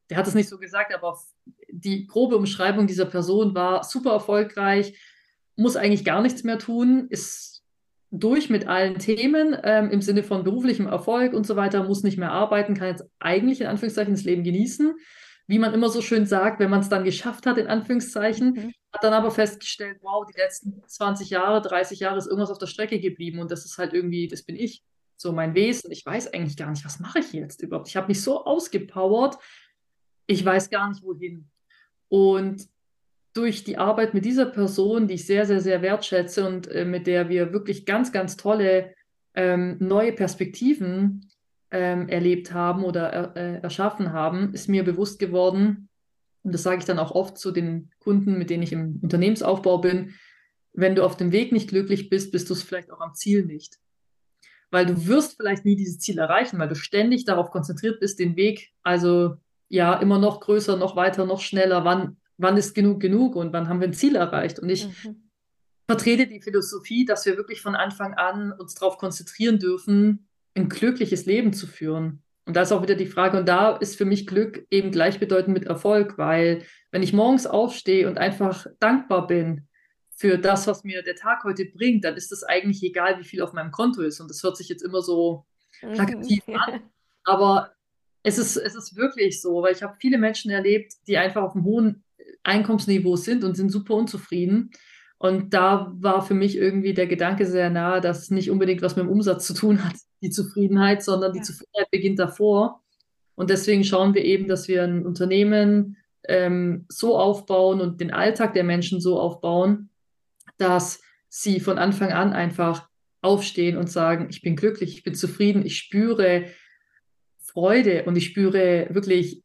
der hat es nicht so gesagt, aber die grobe Umschreibung dieser Person war super erfolgreich, muss eigentlich gar nichts mehr tun, ist durch mit allen Themen im Sinne von beruflichem Erfolg und so weiter, muss nicht mehr arbeiten, kann jetzt eigentlich in Anführungszeichen das Leben genießen. Wie man immer so schön sagt, wenn man es dann geschafft hat, in Anführungszeichen, hat dann aber festgestellt, wow, die letzten 20 Jahre, 30 Jahre ist irgendwas auf der Strecke geblieben und das ist halt irgendwie, das bin ich, so mein Wesen. Ich weiß eigentlich gar nicht, was mache ich jetzt überhaupt? Ich habe mich so ausgepowert, ich weiß gar nicht wohin. Und durch die Arbeit mit dieser Person, die ich sehr, sehr, sehr wertschätze und mit der wir wirklich ganz, ganz tolle neue Perspektiven erlebt haben oder erschaffen haben, ist mir bewusst geworden, und das sage ich dann auch oft zu den Kunden, mit denen ich im Unternehmensaufbau bin, wenn du auf dem Weg nicht glücklich bist, bist du es vielleicht auch am Ziel nicht. Weil du wirst vielleicht nie dieses Ziel erreichen, weil du ständig darauf konzentriert bist, den Weg, also ja, immer noch größer, noch weiter, noch schneller, wann ist genug genug und wann haben wir ein Ziel erreicht? Und ich vertrete die Philosophie, dass wir wirklich von Anfang an uns darauf konzentrieren dürfen, ein glückliches Leben zu führen. Und da ist auch wieder die Frage, und da ist für mich Glück eben gleichbedeutend mit Erfolg, weil wenn ich morgens aufstehe und einfach dankbar bin für das, was mir der Tag heute bringt, dann ist es eigentlich egal, wie viel auf meinem Konto ist. Und das hört sich jetzt immer so plakativ an, aber es ist wirklich so, weil ich habe viele Menschen erlebt, die einfach auf einem hohen Einkommensniveau sind und sind super unzufrieden. Und da war für mich irgendwie der Gedanke sehr nahe, dass es nicht unbedingt was mit dem Umsatz zu tun hat, die Zufriedenheit, sondern die Zufriedenheit beginnt davor. Und deswegen schauen wir eben, dass wir ein Unternehmen so aufbauen und den Alltag der Menschen so aufbauen, dass sie von Anfang an einfach aufstehen und sagen, ich bin glücklich, ich bin zufrieden, ich spüre Freude und ich spüre wirklich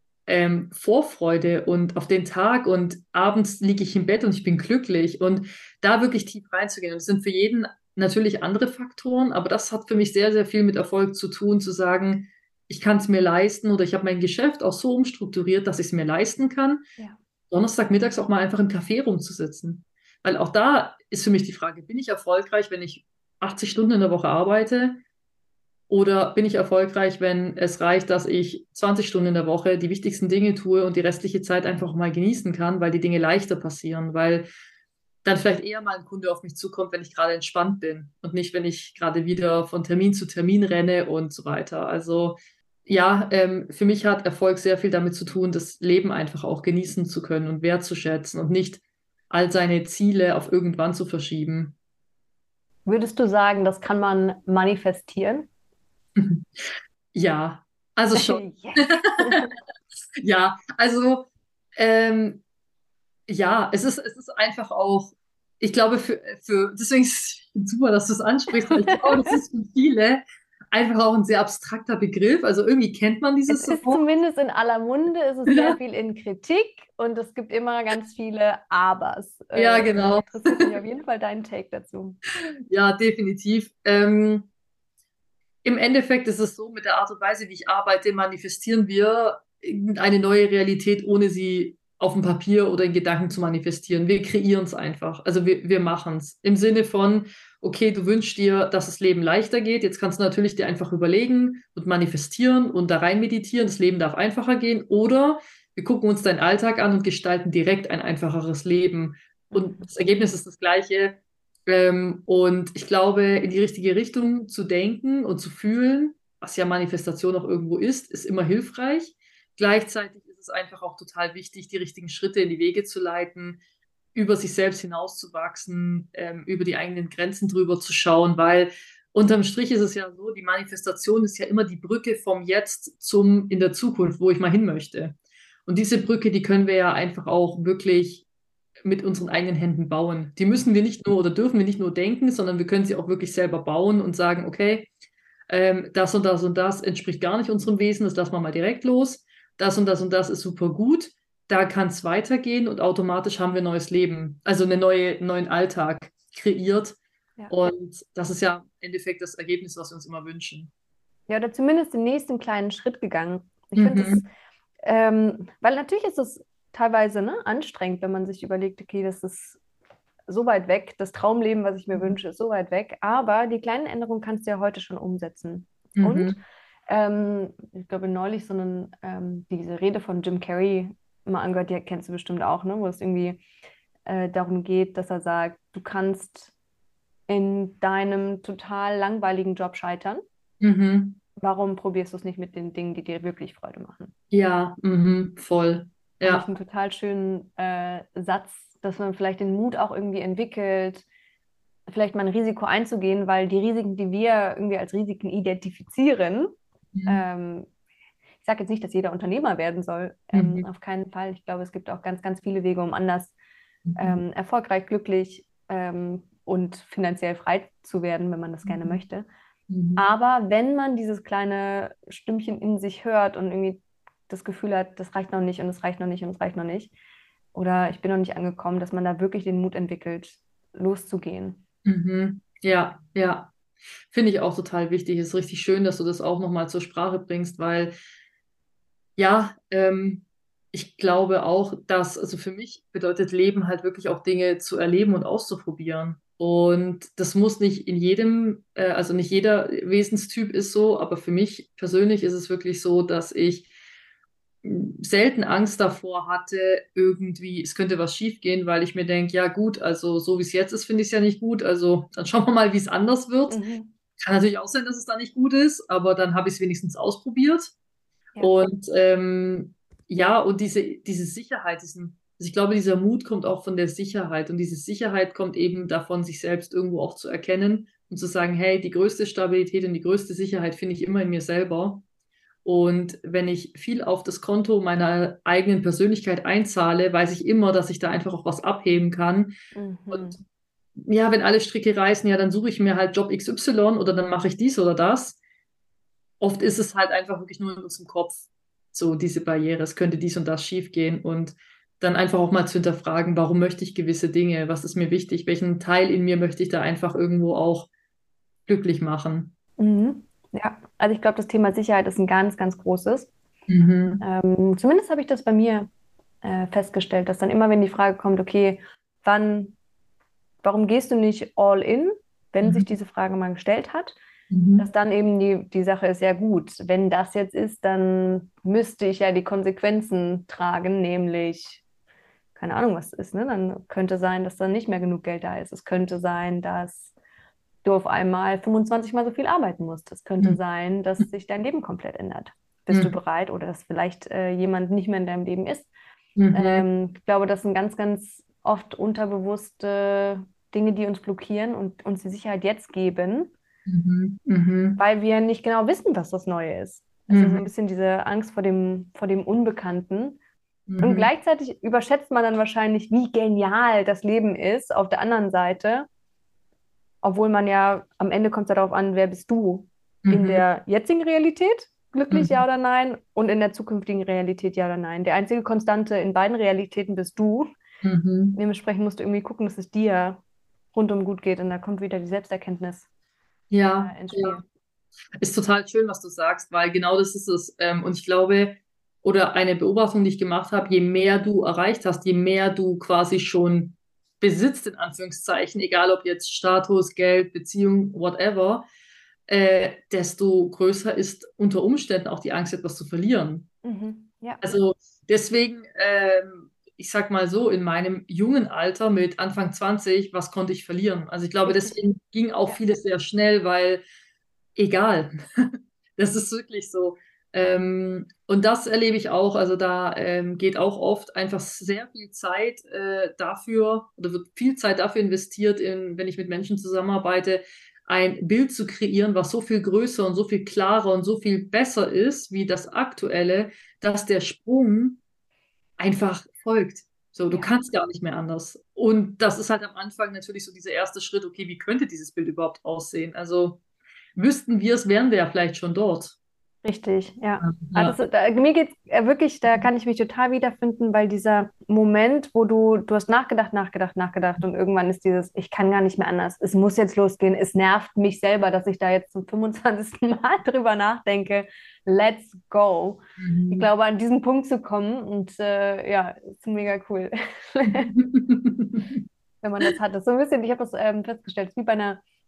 Vorfreude und auf den Tag und abends liege ich im Bett und ich bin glücklich und da wirklich tief reinzugehen. Und das sind für jeden natürlich andere Faktoren, aber das hat für mich sehr, sehr viel mit Erfolg zu tun, zu sagen, ich kann es mir leisten oder ich habe mein Geschäft auch so umstrukturiert, dass ich es mir leisten kann, Donnerstagmittags auch mal einfach im Café rumzusitzen. Weil auch da ist für mich die Frage, bin ich erfolgreich, wenn ich 80 Stunden in der Woche arbeite? Oder bin ich erfolgreich, wenn es reicht, dass ich 20 Stunden in der Woche die wichtigsten Dinge tue und die restliche Zeit einfach mal genießen kann, weil die Dinge leichter passieren, weil dann vielleicht eher mal ein Kunde auf mich zukommt, wenn ich gerade entspannt bin und nicht, wenn ich gerade wieder von Termin zu Termin renne und so weiter. Also ja, für mich hat Erfolg sehr viel damit zu tun, das Leben einfach auch genießen zu können und wertzuschätzen und nicht all seine Ziele auf irgendwann zu verschieben. Würdest du sagen, das kann man manifestieren? Ja, also schon. Yes. Ja, also ähm, ja, es ist einfach auch, ich glaube, deswegen ist es super, dass du es ansprichst, weil ich glaube, das ist für viele einfach auch ein sehr abstrakter Begriff. Also irgendwie kennt man Es dieses ist Wort. zumindest in aller Munde, es ist sehr viel in Kritik und es gibt immer ganz viele Abers. Ja, genau. Interessiert mich auf jeden Fall dein Take dazu. Ja, definitiv. Im Endeffekt ist es so, mit der Art und Weise, wie ich arbeite, manifestieren wir eine neue Realität, ohne sie auf dem Papier oder in Gedanken zu manifestieren. Wir kreieren es einfach. Also wir machen es. Im Sinne von, okay, du wünschst dir, dass das Leben leichter geht. Jetzt kannst du natürlich dir einfach überlegen und manifestieren und da rein meditieren. Das Leben darf einfacher gehen. Oder wir gucken uns deinen Alltag an und gestalten direkt ein einfacheres Leben. Und das Ergebnis ist das gleiche. Und ich glaube, in die richtige Richtung zu denken und zu fühlen, was ja Manifestation auch irgendwo ist immer hilfreich. Gleichzeitig ist es einfach auch total wichtig, die richtigen Schritte in die Wege zu leiten, über sich selbst hinauszuwachsen, über die eigenen Grenzen drüber zu schauen, weil unterm Strich ist es ja so, die Manifestation ist ja immer die Brücke vom Jetzt zum in der Zukunft, wo ich mal hin möchte. Und diese Brücke, die können wir ja einfach auch wirklich mit unseren eigenen Händen bauen. Die müssen wir nicht nur oder dürfen wir nicht nur denken, sondern wir können sie auch wirklich selber bauen und sagen, okay, das und das und das entspricht gar nicht unserem Wesen, das lassen wir mal direkt los. Das und das und das ist super gut. Da kann es weitergehen und automatisch haben wir ein neues Leben, also einen neuen Alltag kreiert. Ja. Und das ist ja im Endeffekt das Ergebnis, was wir uns immer wünschen. Ja, oder zumindest den nächsten kleinen Schritt gegangen. Ich finde es, weil natürlich ist es teilweise anstrengend, wenn man sich überlegt, okay, das ist so weit weg, das Traumleben, was ich mir wünsche, ist so weit weg, aber die kleinen Änderungen kannst du ja heute schon umsetzen. Und Ich glaube, neulich diese Rede von Jim Carrey mal angehört, die kennst du bestimmt auch, ne? Wo es irgendwie darum geht, dass er sagt, du kannst in deinem total langweiligen Job scheitern. Mhm. Warum probierst du es nicht mit den Dingen, die dir wirklich Freude machen? Ja, voll. Fand ich Ja. einen total schönen Satz, dass man vielleicht den Mut auch irgendwie entwickelt, vielleicht mal ein Risiko einzugehen, weil die Risiken, die wir irgendwie als Risiken identifizieren, Mhm. ähm, ich sage jetzt nicht, dass jeder Unternehmer werden soll, Mhm. auf keinen Fall. Ich glaube, es gibt auch ganz, ganz viele Wege, um anders Mhm. erfolgreich, glücklich und finanziell frei zu werden, wenn man das gerne Mhm. möchte. Mhm. Aber wenn man dieses kleine Stimmchen in sich hört und irgendwie das Gefühl hat, das reicht noch nicht und es reicht noch nicht und es reicht noch nicht, oder ich bin noch nicht angekommen, dass man da wirklich den Mut entwickelt, loszugehen. Ja, ja. Finde ich auch total wichtig. Es ist richtig schön, dass du das auch nochmal zur Sprache bringst, weil ja, ich glaube auch, dass, also für mich bedeutet Leben halt wirklich auch Dinge zu erleben und auszuprobieren. Und das muss nicht in jedem, also nicht jeder Wesenstyp ist so, aber für mich persönlich ist es wirklich so, dass ich selten Angst davor hatte, irgendwie, es könnte was schiefgehen, weil ich mir denke, ja gut, also so wie es jetzt ist, finde ich es ja nicht gut. Also dann schauen wir mal, wie es anders wird. Mhm. Kann natürlich auch sein, dass es da nicht gut ist, aber dann habe ich es wenigstens ausprobiert. Ja. Und ja, und diese Sicherheit, also ich glaube, dieser Mut kommt auch von der Sicherheit. Und diese Sicherheit kommt eben davon, sich selbst irgendwo auch zu erkennen und zu sagen, hey, die größte Stabilität und die größte Sicherheit finde ich immer in mir selber. Und wenn ich viel auf das Konto meiner eigenen Persönlichkeit einzahle, weiß ich immer, dass ich da einfach auch was abheben kann. Und Mhm. ja, wenn alle Stricke reißen, ja, dann suche ich mir halt Job XY oder dann mache ich dies oder das. Oft ist es halt einfach wirklich nur in unserem Kopf, so diese Barriere, es könnte dies und das schiefgehen und dann einfach auch mal zu hinterfragen, warum möchte ich gewisse Dinge, was ist mir wichtig, welchen Teil in mir möchte ich da einfach irgendwo auch glücklich machen. Mhm. Ja, also ich glaube, das Thema Sicherheit ist ein ganz, ganz großes. Mhm. Zumindest habe ich das bei mir festgestellt, dass dann immer, wenn die Frage kommt, okay, wann, warum gehst du nicht all in, wenn sich Mhm. diese Frage mal gestellt hat, dass Mhm. dann eben die Sache ist, ja gut, wenn das jetzt ist, dann müsste ich ja die Konsequenzen tragen, nämlich, keine Ahnung, was ist, ne? Dann könnte sein, dass dann nicht mehr genug Geld da ist. Es könnte sein, dass du auf einmal 25 Mal so viel arbeiten musst. Es könnte Mhm. sein, dass sich dein Leben komplett ändert. Bist du Mhm. bereit oder dass vielleicht jemand nicht mehr in deinem Leben ist? Mhm. Ich glaube, das sind ganz, ganz oft unterbewusste Dinge, die uns blockieren und uns die Sicherheit jetzt geben, Mhm. Mhm. weil wir nicht genau wissen, was das Neue ist. Also so Mhm. ein bisschen diese Angst vor dem Unbekannten. Und Mhm. gleichzeitig überschätzt man dann wahrscheinlich, wie genial das Leben ist auf der anderen Seite, obwohl man ja am Ende kommt es ja darauf an, wer bist du in Mhm. der jetzigen Realität, glücklich, ja Mhm. oder nein, und in der zukünftigen Realität, ja oder nein. Der einzige Konstante in beiden Realitäten bist du. Mhm. Dementsprechend musst du irgendwie gucken, dass es dir rundum gut geht und da kommt wieder die Selbsterkenntnis Ja, ins ja. Spiel. Ist total schön, was du sagst, weil genau das ist es. Und ich glaube, oder eine Beobachtung, die ich gemacht habe, je mehr du erreicht hast, je mehr du quasi schon besitzt, in Anführungszeichen, egal ob jetzt Status, Geld, Beziehung, whatever, desto größer ist unter Umständen auch die Angst, etwas zu verlieren. Mhm. Ja, Also deswegen, ich sag mal so, in meinem jungen Alter mit Anfang 20, was konnte ich verlieren? Also ich glaube, richtig. deswegen ging auch Ja. vieles sehr schnell, weil egal. Das ist wirklich so. Und das erlebe ich auch. Also da geht auch oft einfach sehr viel Zeit dafür oder wird viel Zeit dafür investiert, wenn ich mit Menschen zusammenarbeite, ein Bild zu kreieren, was so viel größer und so viel klarer und so viel besser ist wie das aktuelle, dass der Sprung einfach folgt. So, du Ja. kannst gar nicht mehr anders. Und das ist halt am Anfang natürlich so dieser erste Schritt, okay, wie könnte dieses Bild überhaupt aussehen? Also wüssten wir es, wären wir ja vielleicht schon dort. Richtig, ja. Ja. Mir geht wirklich, da kann ich mich total wiederfinden, weil dieser Moment, wo du hast nachgedacht, nachgedacht, nachgedacht und irgendwann ist dieses, ich kann gar nicht mehr anders, es muss jetzt losgehen, es nervt mich selber, dass ich da jetzt zum 25. Mal drüber nachdenke. Let's go. Ich Mhm. glaube, an diesen Punkt zu kommen und ja, ist mega cool, wenn man das hat. Das ist so ein bisschen, ich habe das festgestellt, es ist wie bei einer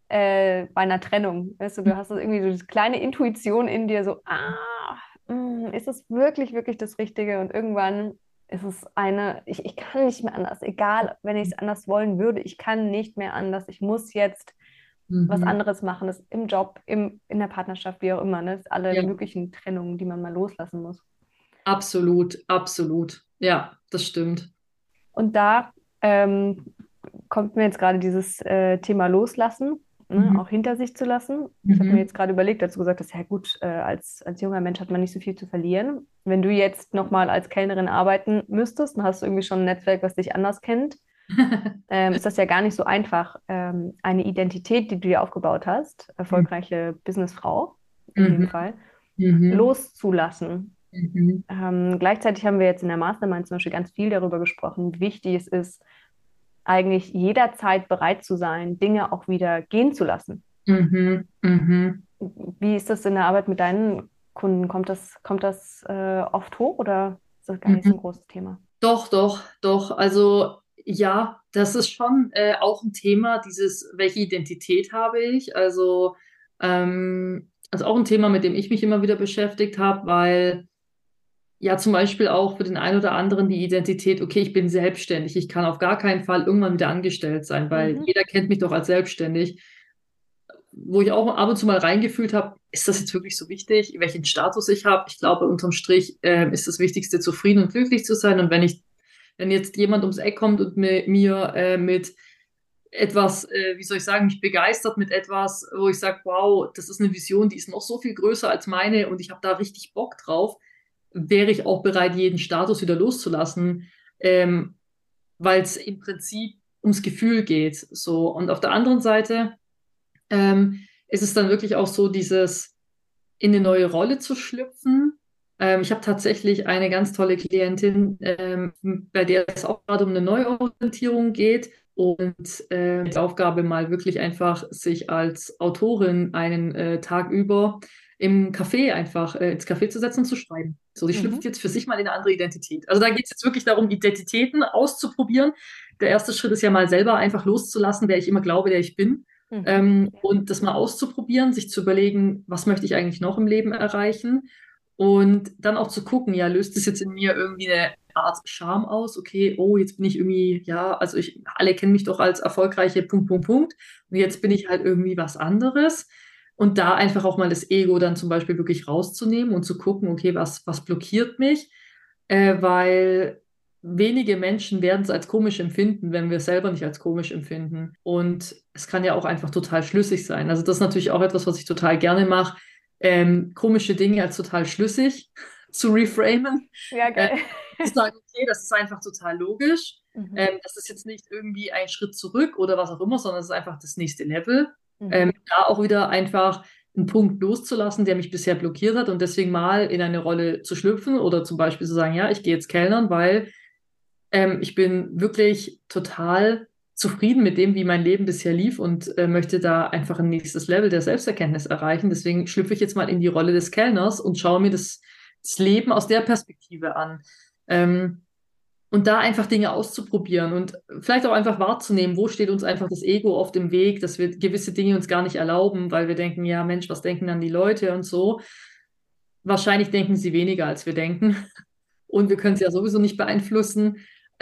bei einer Trennung. Weißt du, du hast so irgendwie so diese kleine Intuition in dir, so, ist es wirklich, wirklich das Richtige? Und irgendwann ist es ich kann nicht mehr anders, egal, wenn ich es anders wollen würde, ich kann nicht mehr anders. Ich muss jetzt was Mhm. anderes machen, das im Job, in der Partnerschaft, wie auch immer, ne? Das alle Ja, möglichen Trennungen, die man mal loslassen muss. absolut, absolut. Ja, das stimmt. Und da kommt mir jetzt gerade dieses Thema Loslassen, ne, Mhm. auch hinter sich zu lassen. Ich habe mir Mhm. jetzt gerade überlegt, als du gesagt hast, ja gut, als junger Mensch hat man nicht so viel zu verlieren. Wenn du jetzt nochmal als Kellnerin arbeiten müsstest, dann hast du irgendwie schon ein Netzwerk, was dich anders kennt, ist das ja gar nicht so einfach, eine Identität, die du dir aufgebaut hast, erfolgreiche Businessfrau in dem Mhm. Fall, Mhm. loszulassen. Mhm. Gleichzeitig haben wir jetzt in der Mastermind zum Beispiel ganz viel darüber gesprochen, wie wichtig es ist, eigentlich jederzeit bereit zu sein, Dinge auch wieder gehen zu lassen. Mhm. Mhm. Wie ist das in der Arbeit mit deinen Kunden? Kommt das oft hoch oder ist das gar nicht so Mhm. ein großes Thema? Doch, doch, doch. Also ja, das ist schon auch ein Thema, welche Identität habe ich? Also auch ein Thema, mit dem ich mich immer wieder beschäftigt habe, weil ja zum Beispiel auch für den einen oder anderen die Identität, okay, ich bin selbstständig, ich kann auf gar keinen Fall irgendwann wieder angestellt sein, weil Mhm. jeder kennt mich doch als selbstständig, wo ich auch ab und zu mal reingefühlt habe, ist das jetzt wirklich so wichtig, welchen Status ich habe? Ich glaube, unterm Strich ist das Wichtigste, zufrieden und glücklich zu sein. Und wenn jetzt jemand ums Eck kommt und mir mit etwas, wie soll ich sagen, mich begeistert mit etwas, wo ich sage, wow, das ist eine Vision, die ist noch so viel größer als meine und ich habe da richtig Bock drauf, wäre ich auch bereit, jeden Status wieder loszulassen, weil es im Prinzip ums Gefühl geht. So. Und auf der anderen Seite ist es dann wirklich auch so, dieses in eine neue Rolle zu schlüpfen. Ich habe tatsächlich eine ganz tolle Klientin, bei der es auch gerade um eine Neuorientierung geht und die Aufgabe mal wirklich einfach sich als Autorin einen Tag über im Café einfach ins Café zu setzen und zu schreiben. So, die schlüpft Mhm. jetzt für sich mal in eine andere Identität. Also da geht es jetzt wirklich darum, Identitäten auszuprobieren. Der erste Schritt ist ja mal selber einfach loszulassen, wer ich immer glaube, der ich bin. Mhm. Ja. Und das mal auszuprobieren, sich zu überlegen, was möchte ich eigentlich noch im Leben erreichen und dann auch zu gucken, ja, löst es jetzt in mir irgendwie eine Art Scham aus? Okay, oh, jetzt bin ich irgendwie, ja, also alle kennen mich doch als erfolgreiche Punkt, Punkt, Punkt. Und jetzt bin ich halt irgendwie was anderes. Und da einfach auch mal das Ego dann zum Beispiel wirklich rauszunehmen und zu gucken, okay, was blockiert mich? Weil wenige Menschen werden es als komisch empfinden, wenn wir es selber nicht als komisch empfinden. Und es kann ja auch einfach total schlüssig sein. Also das ist natürlich auch etwas, was ich total gerne mache, komische Dinge als total schlüssig zu reframen. Ja, Äh, geil. zu sagen, okay, das ist einfach total logisch. Mhm. Das ist jetzt nicht irgendwie ein Schritt zurück oder was auch immer, sondern es ist einfach das nächste Level. Mhm. Da auch wieder einfach einen Punkt loszulassen, der mich bisher blockiert hat und deswegen mal in eine Rolle zu schlüpfen oder zum Beispiel zu sagen, ja, ich gehe jetzt Kellnern, weil ich bin wirklich total zufrieden mit dem, wie mein Leben bisher lief und möchte da einfach ein nächstes Level der Selbsterkenntnis erreichen. Deswegen schlüpfe ich jetzt mal in die Rolle des Kellners und schaue mir das Leben aus der Perspektive an. Ähm, und da einfach Dinge auszuprobieren und vielleicht auch einfach wahrzunehmen, wo steht uns einfach das Ego auf dem Weg, dass wir gewisse Dinge uns gar nicht erlauben, weil wir denken, ja, Mensch, was denken dann die Leute und so. Wahrscheinlich denken sie weniger, als wir denken. Und wir können es ja sowieso nicht beeinflussen.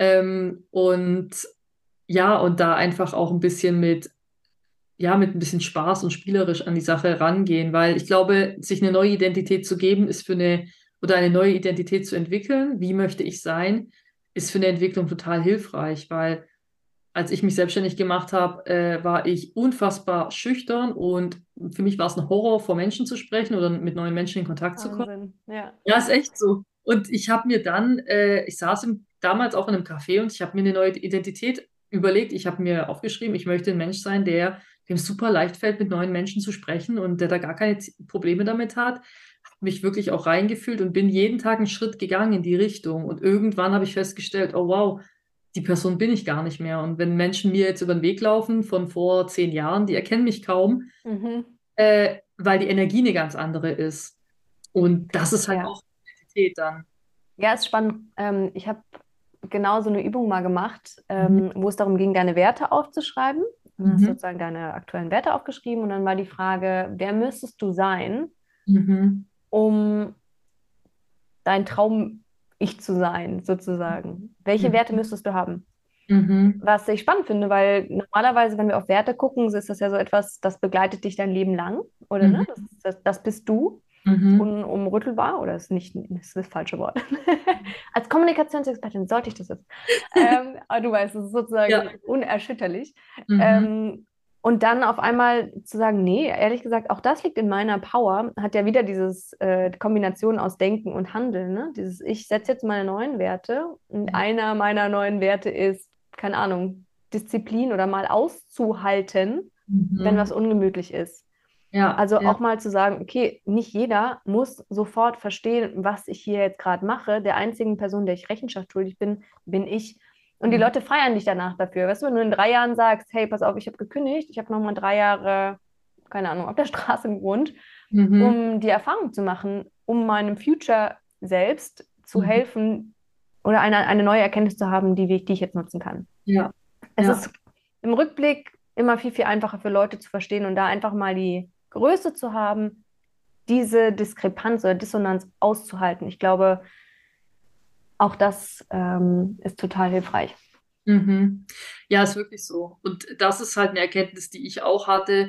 Und ja, und da einfach auch ein bisschen mit ein bisschen Spaß und spielerisch an die Sache rangehen, weil ich glaube, sich eine neue Identität zu geben, oder eine neue Identität zu entwickeln, wie möchte ich sein, ist für eine Entwicklung total hilfreich, weil als ich mich selbstständig gemacht habe, war ich unfassbar schüchtern und für mich war es ein Horror, vor Menschen zu sprechen oder mit neuen Menschen in Kontakt zu kommen. Wahnsinn. Ja. Ja, ist echt so. Und ich habe mir dann, ich saß damals auch in einem Café und ich habe mir eine neue Identität überlegt. Ich habe mir aufgeschrieben, ich möchte ein Mensch sein, dem es super leicht fällt, mit neuen Menschen zu sprechen und der da gar keine Probleme damit hat. Habe mich wirklich auch reingefühlt und bin jeden Tag einen Schritt gegangen in die Richtung. Und irgendwann habe ich festgestellt, oh wow, die Person bin ich gar nicht mehr. Und wenn Menschen mir jetzt über den Weg laufen von vor 10 Jahren, die erkennen mich kaum, Mhm. weil die Energie eine ganz andere ist. Und das ist halt Ja. auch Identität dann. Ja, ist spannend. Ich habe genau so eine Übung mal gemacht, Mhm. wo es darum ging, deine Werte aufzuschreiben. und hast sozusagen deine aktuellen Werte aufgeschrieben und dann war die Frage, wer müsstest du sein, um dein Traum-Ich zu sein, sozusagen? Welche Werte müsstest du haben? Was ich spannend finde, weil normalerweise, wenn wir auf Werte gucken, ist das ja so etwas, das begleitet dich dein Leben lang, oder ne? Das bist du. Unumrüttelbar, oder ist nicht das, ist das falsche Wort. Als Kommunikationsexpertin sollte ich das jetzt. Aber du weißt, es ist sozusagen unerschütterlich. Und dann auf einmal zu sagen, nee, ehrlich gesagt, auch das liegt in meiner Power, hat ja wieder dieses Kombination aus Denken und Handeln. Ne? Dieses, ich setze jetzt meine neuen Werte und einer meiner neuen Werte ist, keine Ahnung, Disziplin oder mal auszuhalten, wenn was ungemütlich ist. Also auch mal zu sagen, okay, nicht jeder muss sofort verstehen, was ich hier jetzt gerade mache. Der einzigen Person, der ich Rechenschaft schuldig bin, bin ich. Und die Leute feiern dich danach dafür. Weißt du, wenn du in 3 Jahren sagst, hey, pass auf, ich habe gekündigt, ich habe nochmal 3 Jahre, keine Ahnung, auf der Straße gewohnt, um die Erfahrung zu machen, um meinem Future selbst zu helfen oder eine neue Erkenntnis zu haben, die ich jetzt nutzen kann. Es ist im Rückblick immer viel, viel einfacher für Leute zu verstehen und da einfach mal die Größe zu haben, diese Diskrepanz oder Dissonanz auszuhalten. Ich glaube, auch das ist total hilfreich. Ja, ist wirklich so. Und das ist halt eine Erkenntnis, die ich auch hatte.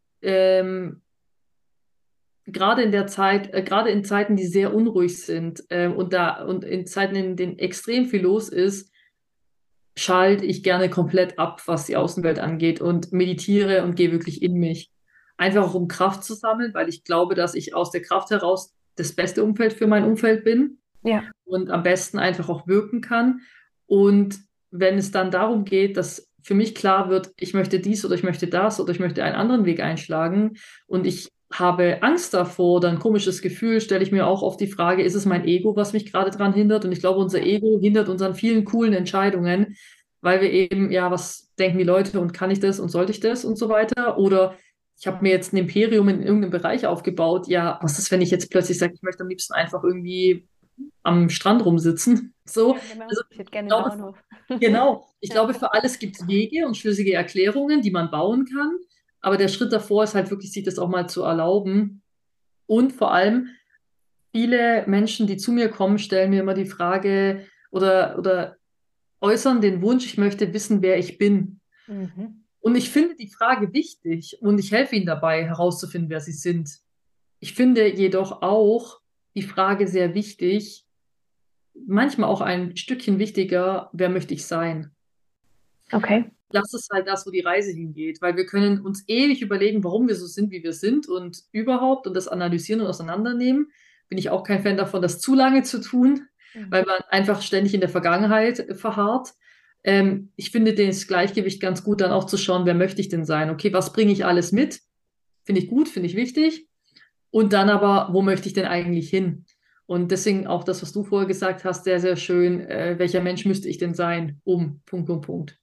Gerade in der Zeit, gerade in Zeiten, die sehr unruhig sind und in Zeiten, in denen extrem viel los ist, schalte ich gerne komplett ab, was die Außenwelt angeht und meditiere und gehe wirklich in mich. Einfach auch um Kraft zu sammeln, weil ich glaube, dass ich aus der Kraft heraus das beste Umfeld für mein Umfeld bin und am besten einfach auch wirken kann. Und wenn es dann darum geht, dass für mich klar wird, ich möchte dies oder ich möchte das oder ich möchte einen anderen Weg einschlagen und ich habe Angst davor oder ein komisches Gefühl, stelle ich mir auch oft die Frage, ist es mein Ego, was mich gerade daran hindert? Und ich glaube, unser Ego hindert uns an vielen coolen Entscheidungen, weil wir eben, ja, was denken die Leute und kann ich das und sollte ich das und so weiter? Oder ich habe mir jetzt ein Imperium in irgendeinem Bereich aufgebaut. Ja, was ist, wenn ich jetzt plötzlich sage, ich möchte am liebsten einfach irgendwie am Strand rumsitzen? So, genau. also Ich hätte gerne ich den glaube, Bauernhof. genau. Ich glaube, für alles gibt es Wege und schlüssige Erklärungen, die man bauen kann. Aber der Schritt davor ist halt wirklich, sich das auch mal zu erlauben. Und vor allem, viele Menschen, die zu mir kommen, stellen mir immer die Frage oder äußern den Wunsch, ich möchte wissen, wer ich bin. Und ich finde die Frage wichtig und ich helfe ihnen dabei, herauszufinden, wer sie sind. Ich finde jedoch auch die Frage sehr wichtig, manchmal auch ein Stückchen wichtiger, wer möchte ich sein? Okay. Das ist halt das, wo die Reise hingeht, weil wir können uns ewig überlegen, warum wir so sind, wie wir sind und überhaupt und das analysieren und auseinandernehmen. Bin ich auch kein Fan davon, das zu lange zu tun, weil man einfach ständig in der Vergangenheit verharrt. Ich finde das Gleichgewicht ganz gut, dann auch zu schauen, wer möchte ich denn sein? Okay, was bringe ich alles mit? Finde ich gut, finde ich wichtig. Und dann aber, wo möchte ich denn eigentlich hin? Und deswegen auch das, was du vorher gesagt hast, sehr, sehr schön. Welcher Mensch müsste ich denn sein? Punkt, Punkt, Punkt.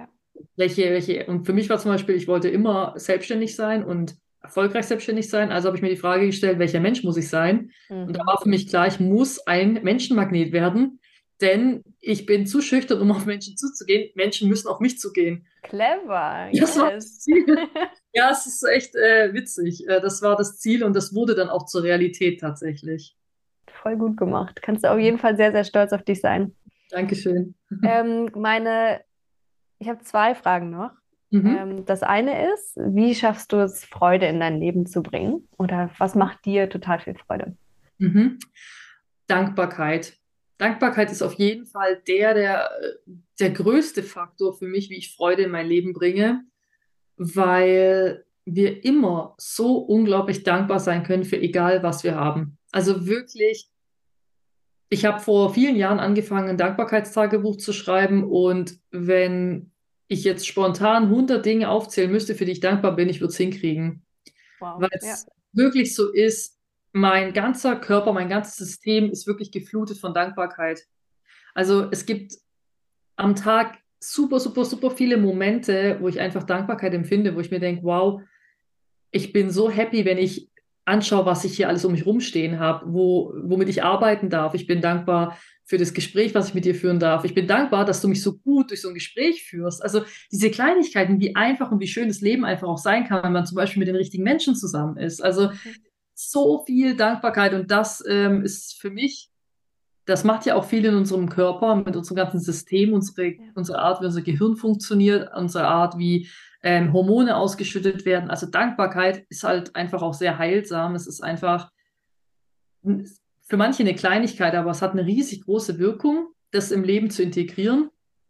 Und für mich war zum Beispiel, ich wollte immer selbstständig sein und erfolgreich selbstständig sein. Also habe ich mir die Frage gestellt, welcher Mensch muss ich sein? Und da war für mich klar, ich muss ein Menschenmagnet werden, denn ich bin zu schüchtern, um auf Menschen zuzugehen. Menschen müssen auf mich zugehen. Clever, Das war das yes. Ziel. Ja, es ist echt witzig. Das war das Ziel und das wurde dann auch zur Realität tatsächlich. Voll gut gemacht. Kannst du auf jeden Fall sehr, sehr stolz auf dich sein. Dankeschön. Ich habe 2 Fragen noch. Mhm. Das eine ist, wie schaffst du es, Freude in dein Leben zu bringen? Oder was macht dir total viel Freude? Mhm. Dankbarkeit. Dankbarkeit ist auf jeden Fall der größte Faktor für mich, wie ich Freude in mein Leben bringe, weil wir immer so unglaublich dankbar sein können für egal, was wir haben. Also wirklich, ich habe vor vielen Jahren angefangen, ein Dankbarkeitstagebuch zu schreiben und wenn ich jetzt spontan 100 Dinge aufzählen müsste, für die ich dankbar bin, ich würde es hinkriegen, Wow, weil es wirklich so ist, mein ganzer Körper, mein ganzes System ist wirklich geflutet von Dankbarkeit. Also es gibt am Tag super, super, super viele Momente, wo ich einfach Dankbarkeit empfinde, wo ich mir denke, wow, ich bin so happy, wenn ich anschaue, was ich hier alles um mich rumstehen habe, womit ich arbeiten darf. Ich bin dankbar für das Gespräch, was ich mit dir führen darf. Ich bin dankbar, dass du mich so gut durch so ein Gespräch führst. Also diese Kleinigkeiten, wie einfach und wie schön das Leben einfach auch sein kann, wenn man zum Beispiel mit den richtigen Menschen zusammen ist. Also so viel Dankbarkeit und das ist für mich, das macht ja auch viel in unserem Körper, mit unserem ganzen System, unsere Art, wie unser Gehirn funktioniert, unsere Art, wie Hormone ausgeschüttet werden. Also Dankbarkeit ist halt einfach auch sehr heilsam. Es ist einfach für manche eine Kleinigkeit, aber es hat eine riesig große Wirkung, das im Leben zu integrieren.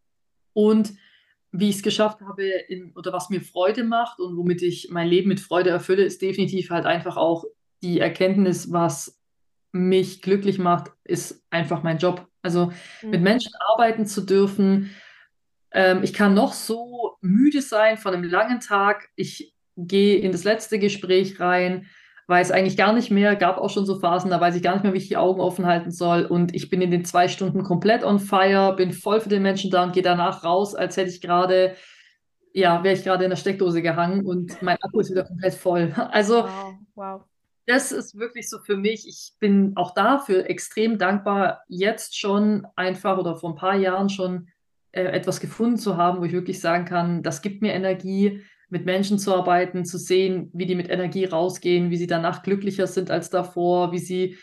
Und wie ich es geschafft habe, oder was mir Freude macht und womit ich mein Leben mit Freude erfülle, ist definitiv halt einfach auch die Erkenntnis, was mich glücklich macht, ist einfach mein Job. Also mit Menschen arbeiten zu dürfen. Ich kann noch so müde sein von einem langen Tag. Ich gehe in das letzte Gespräch rein, weiß eigentlich gar nicht mehr, gab auch schon so Phasen, da weiß ich gar nicht mehr, wie ich die Augen offen halten soll. Und ich bin in den 2 Stunden komplett on fire, bin voll für den Menschen da und gehe danach raus, als hätte ich gerade, ja, wäre ich gerade in der Steckdose gehangen und mein Akku ist wieder komplett voll. Also Wow, wow. das ist wirklich so für mich. Ich bin auch dafür extrem dankbar, jetzt schon einfach oder vor ein paar Jahren schon etwas gefunden zu haben, wo ich wirklich sagen kann, das gibt mir Energie, mit Menschen zu arbeiten, zu sehen, wie die mit Energie rausgehen, wie sie danach glücklicher sind als davor, wie sie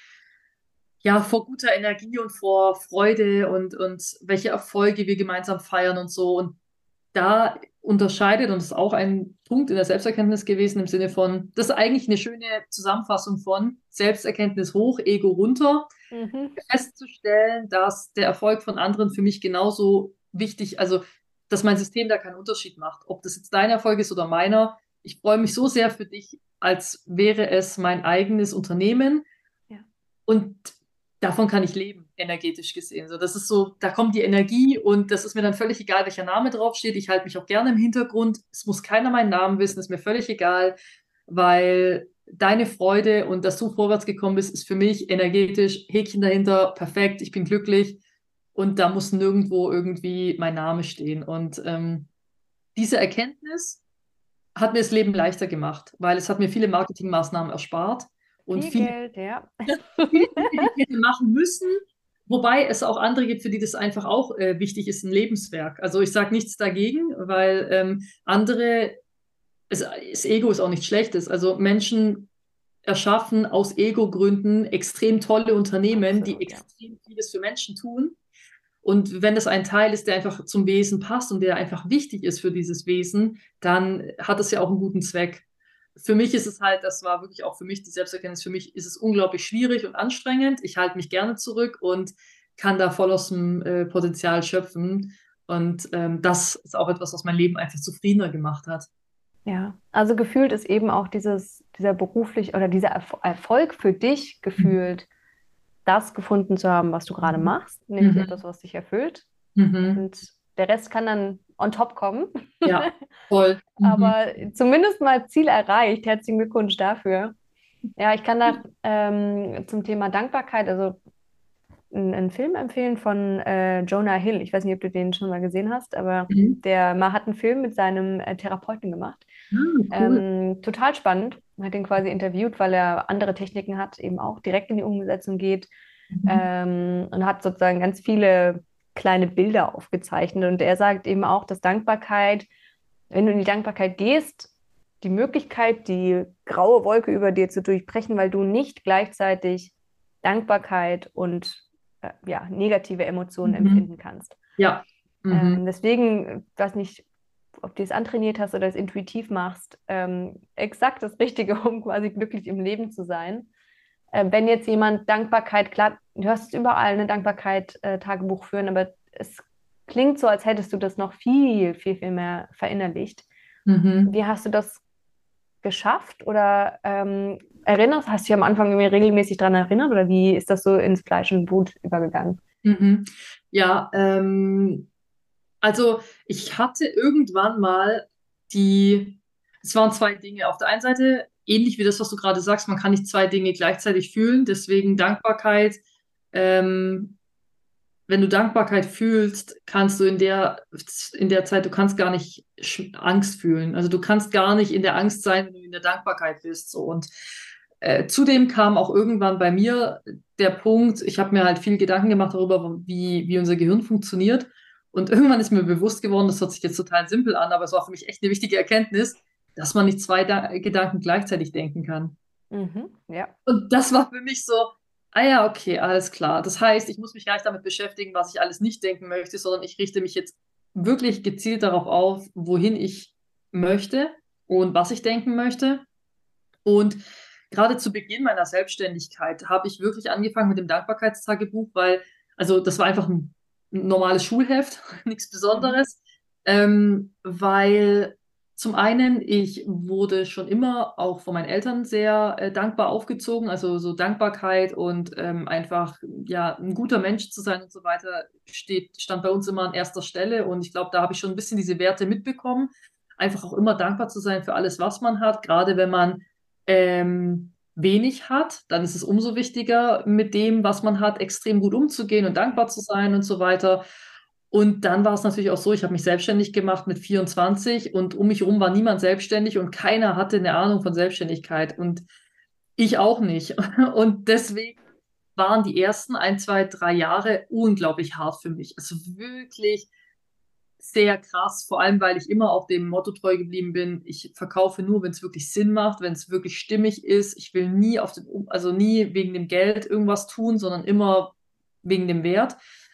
ja vor guter Energie und vor Freude und welche Erfolge wir gemeinsam feiern und so. Und da unterscheidet, und das ist auch ein Punkt in der Selbsterkenntnis gewesen, im Sinne von, das ist eigentlich eine schöne Zusammenfassung von Selbsterkenntnis hoch, Ego runter, festzustellen, dass der Erfolg von anderen für mich genauso wichtig, also dass mein System da keinen Unterschied macht, ob das jetzt dein Erfolg ist oder meiner. Ich freue mich so sehr für dich, als wäre es mein eigenes Unternehmen. Ja. Und davon kann ich leben, energetisch gesehen. So, das ist so, da kommt die Energie und das ist mir dann völlig egal, welcher Name draufsteht. Ich halte mich auch gerne im Hintergrund. Es muss keiner meinen Namen wissen, ist mir völlig egal, weil deine Freude und dass du vorwärts gekommen bist, ist für mich energetisch, Häkchen dahinter, perfekt, ich bin glücklich und da muss nirgendwo irgendwie mein Name stehen. Und diese Erkenntnis hat mir das Leben leichter gemacht, weil es hat mir viele Marketingmaßnahmen erspart und Viel Geld, ja. viele Dinge, die ich hätte machen müssen, wobei es auch andere gibt, für die das einfach auch wichtig ist, ein Lebenswerk. Also ich sage nichts dagegen, weil das Ego ist auch nichts Schlechtes. Also Menschen erschaffen aus Ego-Gründen extrem tolle Unternehmen, die Absolut, ja. extrem vieles für Menschen tun. Und wenn das ein Teil ist, der einfach zum Wesen passt und der einfach wichtig ist für dieses Wesen, dann hat es ja auch einen guten Zweck. Für mich ist es halt, das war wirklich auch für mich die Selbsterkenntnis, für mich ist es unglaublich schwierig und anstrengend. Ich halte mich gerne zurück und kann da voll aus dem Potenzial schöpfen. Und das ist auch etwas, was mein Leben einfach zufriedener gemacht hat. Ja, also gefühlt ist eben auch dieser beruflich oder dieser Erfolg für dich gefühlt, das gefunden zu haben, was du gerade machst, nämlich etwas, was dich erfüllt. Und der Rest kann dann on top kommen. Ja, voll. Aber zumindest mal Ziel erreicht. Herzlichen Glückwunsch dafür. Ja, ich kann da zum Thema Dankbarkeit, also einen Film empfehlen von Jonah Hill. Ich weiß nicht, ob du den schon mal gesehen hast, aber der mal hat einen Film mit seinem Therapeuten gemacht. Cool. Total spannend. Man hat ihn quasi interviewt, weil er andere Techniken hat, eben auch direkt in die Umsetzung geht und hat sozusagen ganz viele kleine Bilder aufgezeichnet. Und er sagt eben auch, dass Dankbarkeit, wenn du in die Dankbarkeit gehst, die Möglichkeit, die graue Wolke über dir zu durchbrechen, weil du nicht gleichzeitig Dankbarkeit und negative Emotionen empfinden kannst. Ja. Deswegen, ich weiß nicht, ob du es antrainiert hast oder es intuitiv machst, exakt das Richtige, um quasi glücklich im Leben zu sein. Wenn jetzt jemand Dankbarkeit, klar, du hörst es überall, eine Dankbarkeit Tagebuch führen, aber es klingt so, als hättest du das noch viel, viel, viel mehr verinnerlicht. Wie hast du das geschafft oder hast du dich am Anfang irgendwie regelmäßig daran erinnert oder wie ist das so ins Fleisch und Blut übergegangen? Ja, also ich hatte irgendwann mal es waren 2 Dinge. Auf der einen Seite, ähnlich wie das, was du gerade sagst, man kann nicht 2 Dinge gleichzeitig fühlen, deswegen Dankbarkeit. Wenn du Dankbarkeit fühlst, kannst du in der Zeit, du kannst gar nicht Angst fühlen. Also du kannst gar nicht in der Angst sein, wenn du in der Dankbarkeit bist. So. Und Zudem kam auch irgendwann bei mir der Punkt, ich habe mir halt viel Gedanken gemacht darüber, wie unser Gehirn funktioniert. Und irgendwann ist mir bewusst geworden, das hört sich jetzt total simpel an, aber es war für mich echt eine wichtige Erkenntnis, dass man nicht zwei Gedanken gleichzeitig denken kann. Ja. Und das war für mich so, ah ja, okay, alles klar. Das heißt, ich muss mich gar nicht damit beschäftigen, was ich alles nicht denken möchte, sondern ich richte mich jetzt wirklich gezielt darauf auf, wohin ich möchte und was ich denken möchte. Und gerade zu Beginn meiner Selbstständigkeit habe ich wirklich angefangen mit dem Dankbarkeitstagebuch, weil, also das war einfach ein normales Schulheft, nichts Besonderes, weil zum einen, ich wurde schon immer auch von meinen Eltern sehr dankbar aufgezogen, also so Dankbarkeit und einfach ja ein guter Mensch zu sein und so weiter stand bei uns immer an erster Stelle und ich glaube, da habe ich schon ein bisschen diese Werte mitbekommen, einfach auch immer dankbar zu sein für alles, was man hat, gerade wenn man wenig hat, dann ist es umso wichtiger, mit dem, was man hat, extrem gut umzugehen und dankbar zu sein und so weiter. Und dann war es natürlich auch so, ich habe mich selbstständig gemacht mit 24 und um mich herum war niemand selbstständig und keiner hatte eine Ahnung von Selbstständigkeit und ich auch nicht. Und deswegen waren die ersten 1, 2, 3 Jahre unglaublich hart für mich. Also wirklich sehr krass, vor allem weil ich immer auch dem Motto treu geblieben bin, ich verkaufe nur, wenn es wirklich Sinn macht, wenn es wirklich stimmig ist. Ich will nie also nie wegen dem Geld irgendwas tun, sondern immer wegen dem Wert.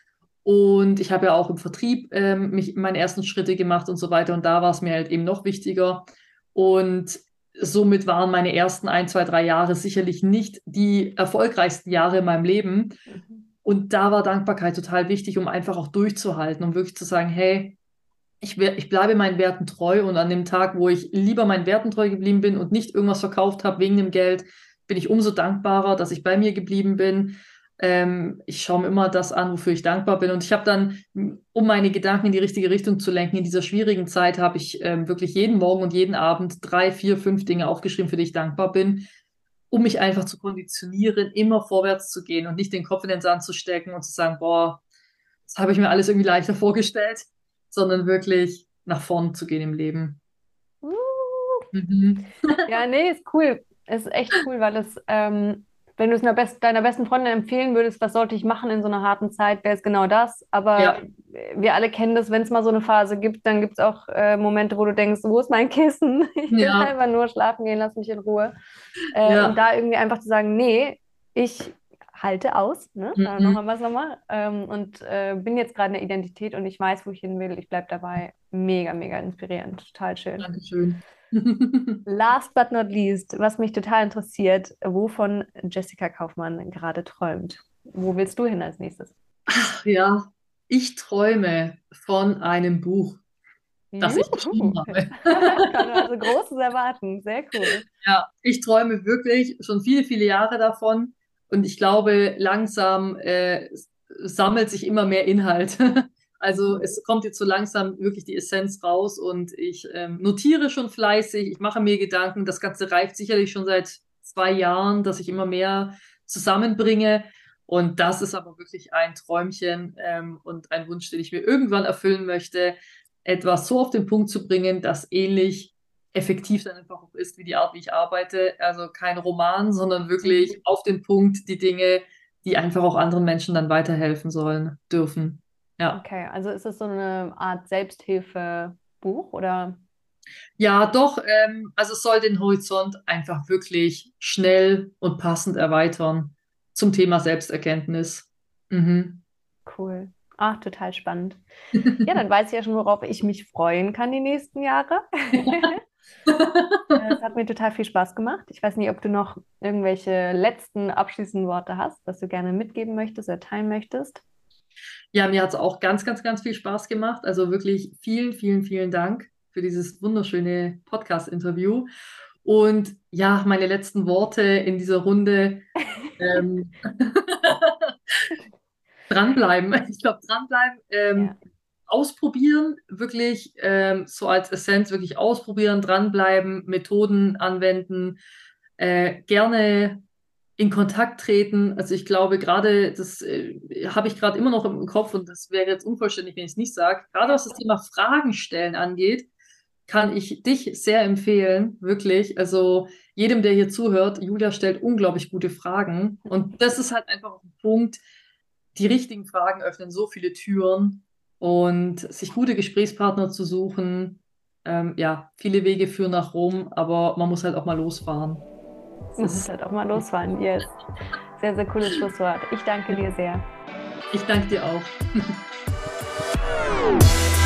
Und ich habe ja auch im Vertrieb meine ersten Schritte gemacht und so weiter. Und da war es mir halt eben noch wichtiger. Und somit waren meine ersten 1, 2, 3 Jahre sicherlich nicht die erfolgreichsten Jahre in meinem Leben. Und da war Dankbarkeit total wichtig, um einfach auch durchzuhalten, um wirklich zu sagen, hey, ich bleibe meinen Werten treu und an dem Tag, wo ich lieber meinen Werten treu geblieben bin und nicht irgendwas verkauft habe wegen dem Geld, bin ich umso dankbarer, dass ich bei mir geblieben bin. Ich schaue mir immer das an, wofür ich dankbar bin. Und ich habe dann, um meine Gedanken in die richtige Richtung zu lenken, in dieser schwierigen Zeit habe ich wirklich jeden Morgen und jeden Abend 3, 4, 5 Dinge aufgeschrieben, für die ich dankbar bin, um mich einfach zu konditionieren, immer vorwärts zu gehen und nicht den Kopf in den Sand zu stecken und zu sagen, boah, das habe ich mir alles irgendwie leichter vorgestellt, sondern wirklich nach vorn zu gehen im Leben. Uh. Mhm. Ja, nee, ist cool. Ist echt cool, weil es, wenn du es deiner besten Freundin empfehlen würdest, was sollte ich machen in so einer harten Zeit, wäre es genau das. Aber Ja, wir alle kennen das, wenn es mal so eine Phase gibt, dann gibt es auch Momente, wo du denkst, wo ist mein Kissen? Ich will ja, einfach nur schlafen gehen, lass mich in Ruhe. Und ja. da irgendwie einfach zu sagen, nee, ich halte aus, ne? Noch Mhm. einmal nochmal. Und bin jetzt gerade in der Identität und ich weiß, wo ich hin will. Ich bleibe dabei. Mega, mega inspirierend. Total schön. Dankeschön. Last but not least, was mich total interessiert, wovon Jessica Kaufmann gerade träumt. Wo willst du hin als nächstes? Ja, ich träume von einem Buch, das ich geschrieben Juhu. habe. Kann also Großes erwarten. Sehr cool. Ja, ich träume wirklich schon viele, viele Jahre davon und ich glaube, langsam sammelt sich immer mehr Inhalt. Also es kommt jetzt so langsam wirklich die Essenz raus und ich notiere schon fleißig, ich mache mir Gedanken. Das Ganze reift sicherlich schon seit 2 Jahren, dass ich immer mehr zusammenbringe. Und das ist aber wirklich ein Träumchen und ein Wunsch, den ich mir irgendwann erfüllen möchte, etwas so auf den Punkt zu bringen, das ähnlich effektiv dann einfach auch ist, wie die Art, wie ich arbeite. Also kein Roman, sondern wirklich auf den Punkt die Dinge, die einfach auch anderen Menschen dann weiterhelfen sollen, dürfen. Ja. Okay, also ist es so eine Art Selbsthilfebuch oder? Ja, doch, also es soll den Horizont einfach wirklich schnell und passend erweitern zum Thema Selbsterkenntnis. Mhm. Cool. Ach, total spannend. Ja, dann weiß ich ja schon, worauf ich mich freuen kann die nächsten Jahre. Es hat mir total viel Spaß gemacht. Ich weiß nicht, ob du noch irgendwelche letzten abschließenden Worte hast, was du gerne mitgeben möchtest oder teilen möchtest. Ja, mir hat es auch ganz, ganz, ganz viel Spaß gemacht. Also wirklich vielen, vielen, vielen Dank für dieses wunderschöne Podcast-Interview. Und ja, meine letzten Worte in dieser Runde. Ähm, dranbleiben. Ich glaube, dranbleiben, Ja, ausprobieren, wirklich so als Essenz, wirklich ausprobieren, dranbleiben, Methoden anwenden, gerne in Kontakt treten. Also ich glaube, gerade das habe ich gerade immer noch im Kopf und das wäre jetzt unvollständig, wenn ich es nicht sage. Gerade ja. was das Thema Fragen stellen angeht, kann ich dich sehr empfehlen, wirklich. Also jedem, der hier zuhört, Julia stellt unglaublich gute Fragen. Und das ist halt einfach ein Punkt, die richtigen Fragen öffnen so viele Türen und sich gute Gesprächspartner zu suchen. Ja, viele Wege führen nach Rom, aber man muss halt auch mal losfahren. Man muss halt auch mal losfahren, yes. Sehr, sehr cooles Schlusswort. Ich danke dir sehr. Ich danke dir auch.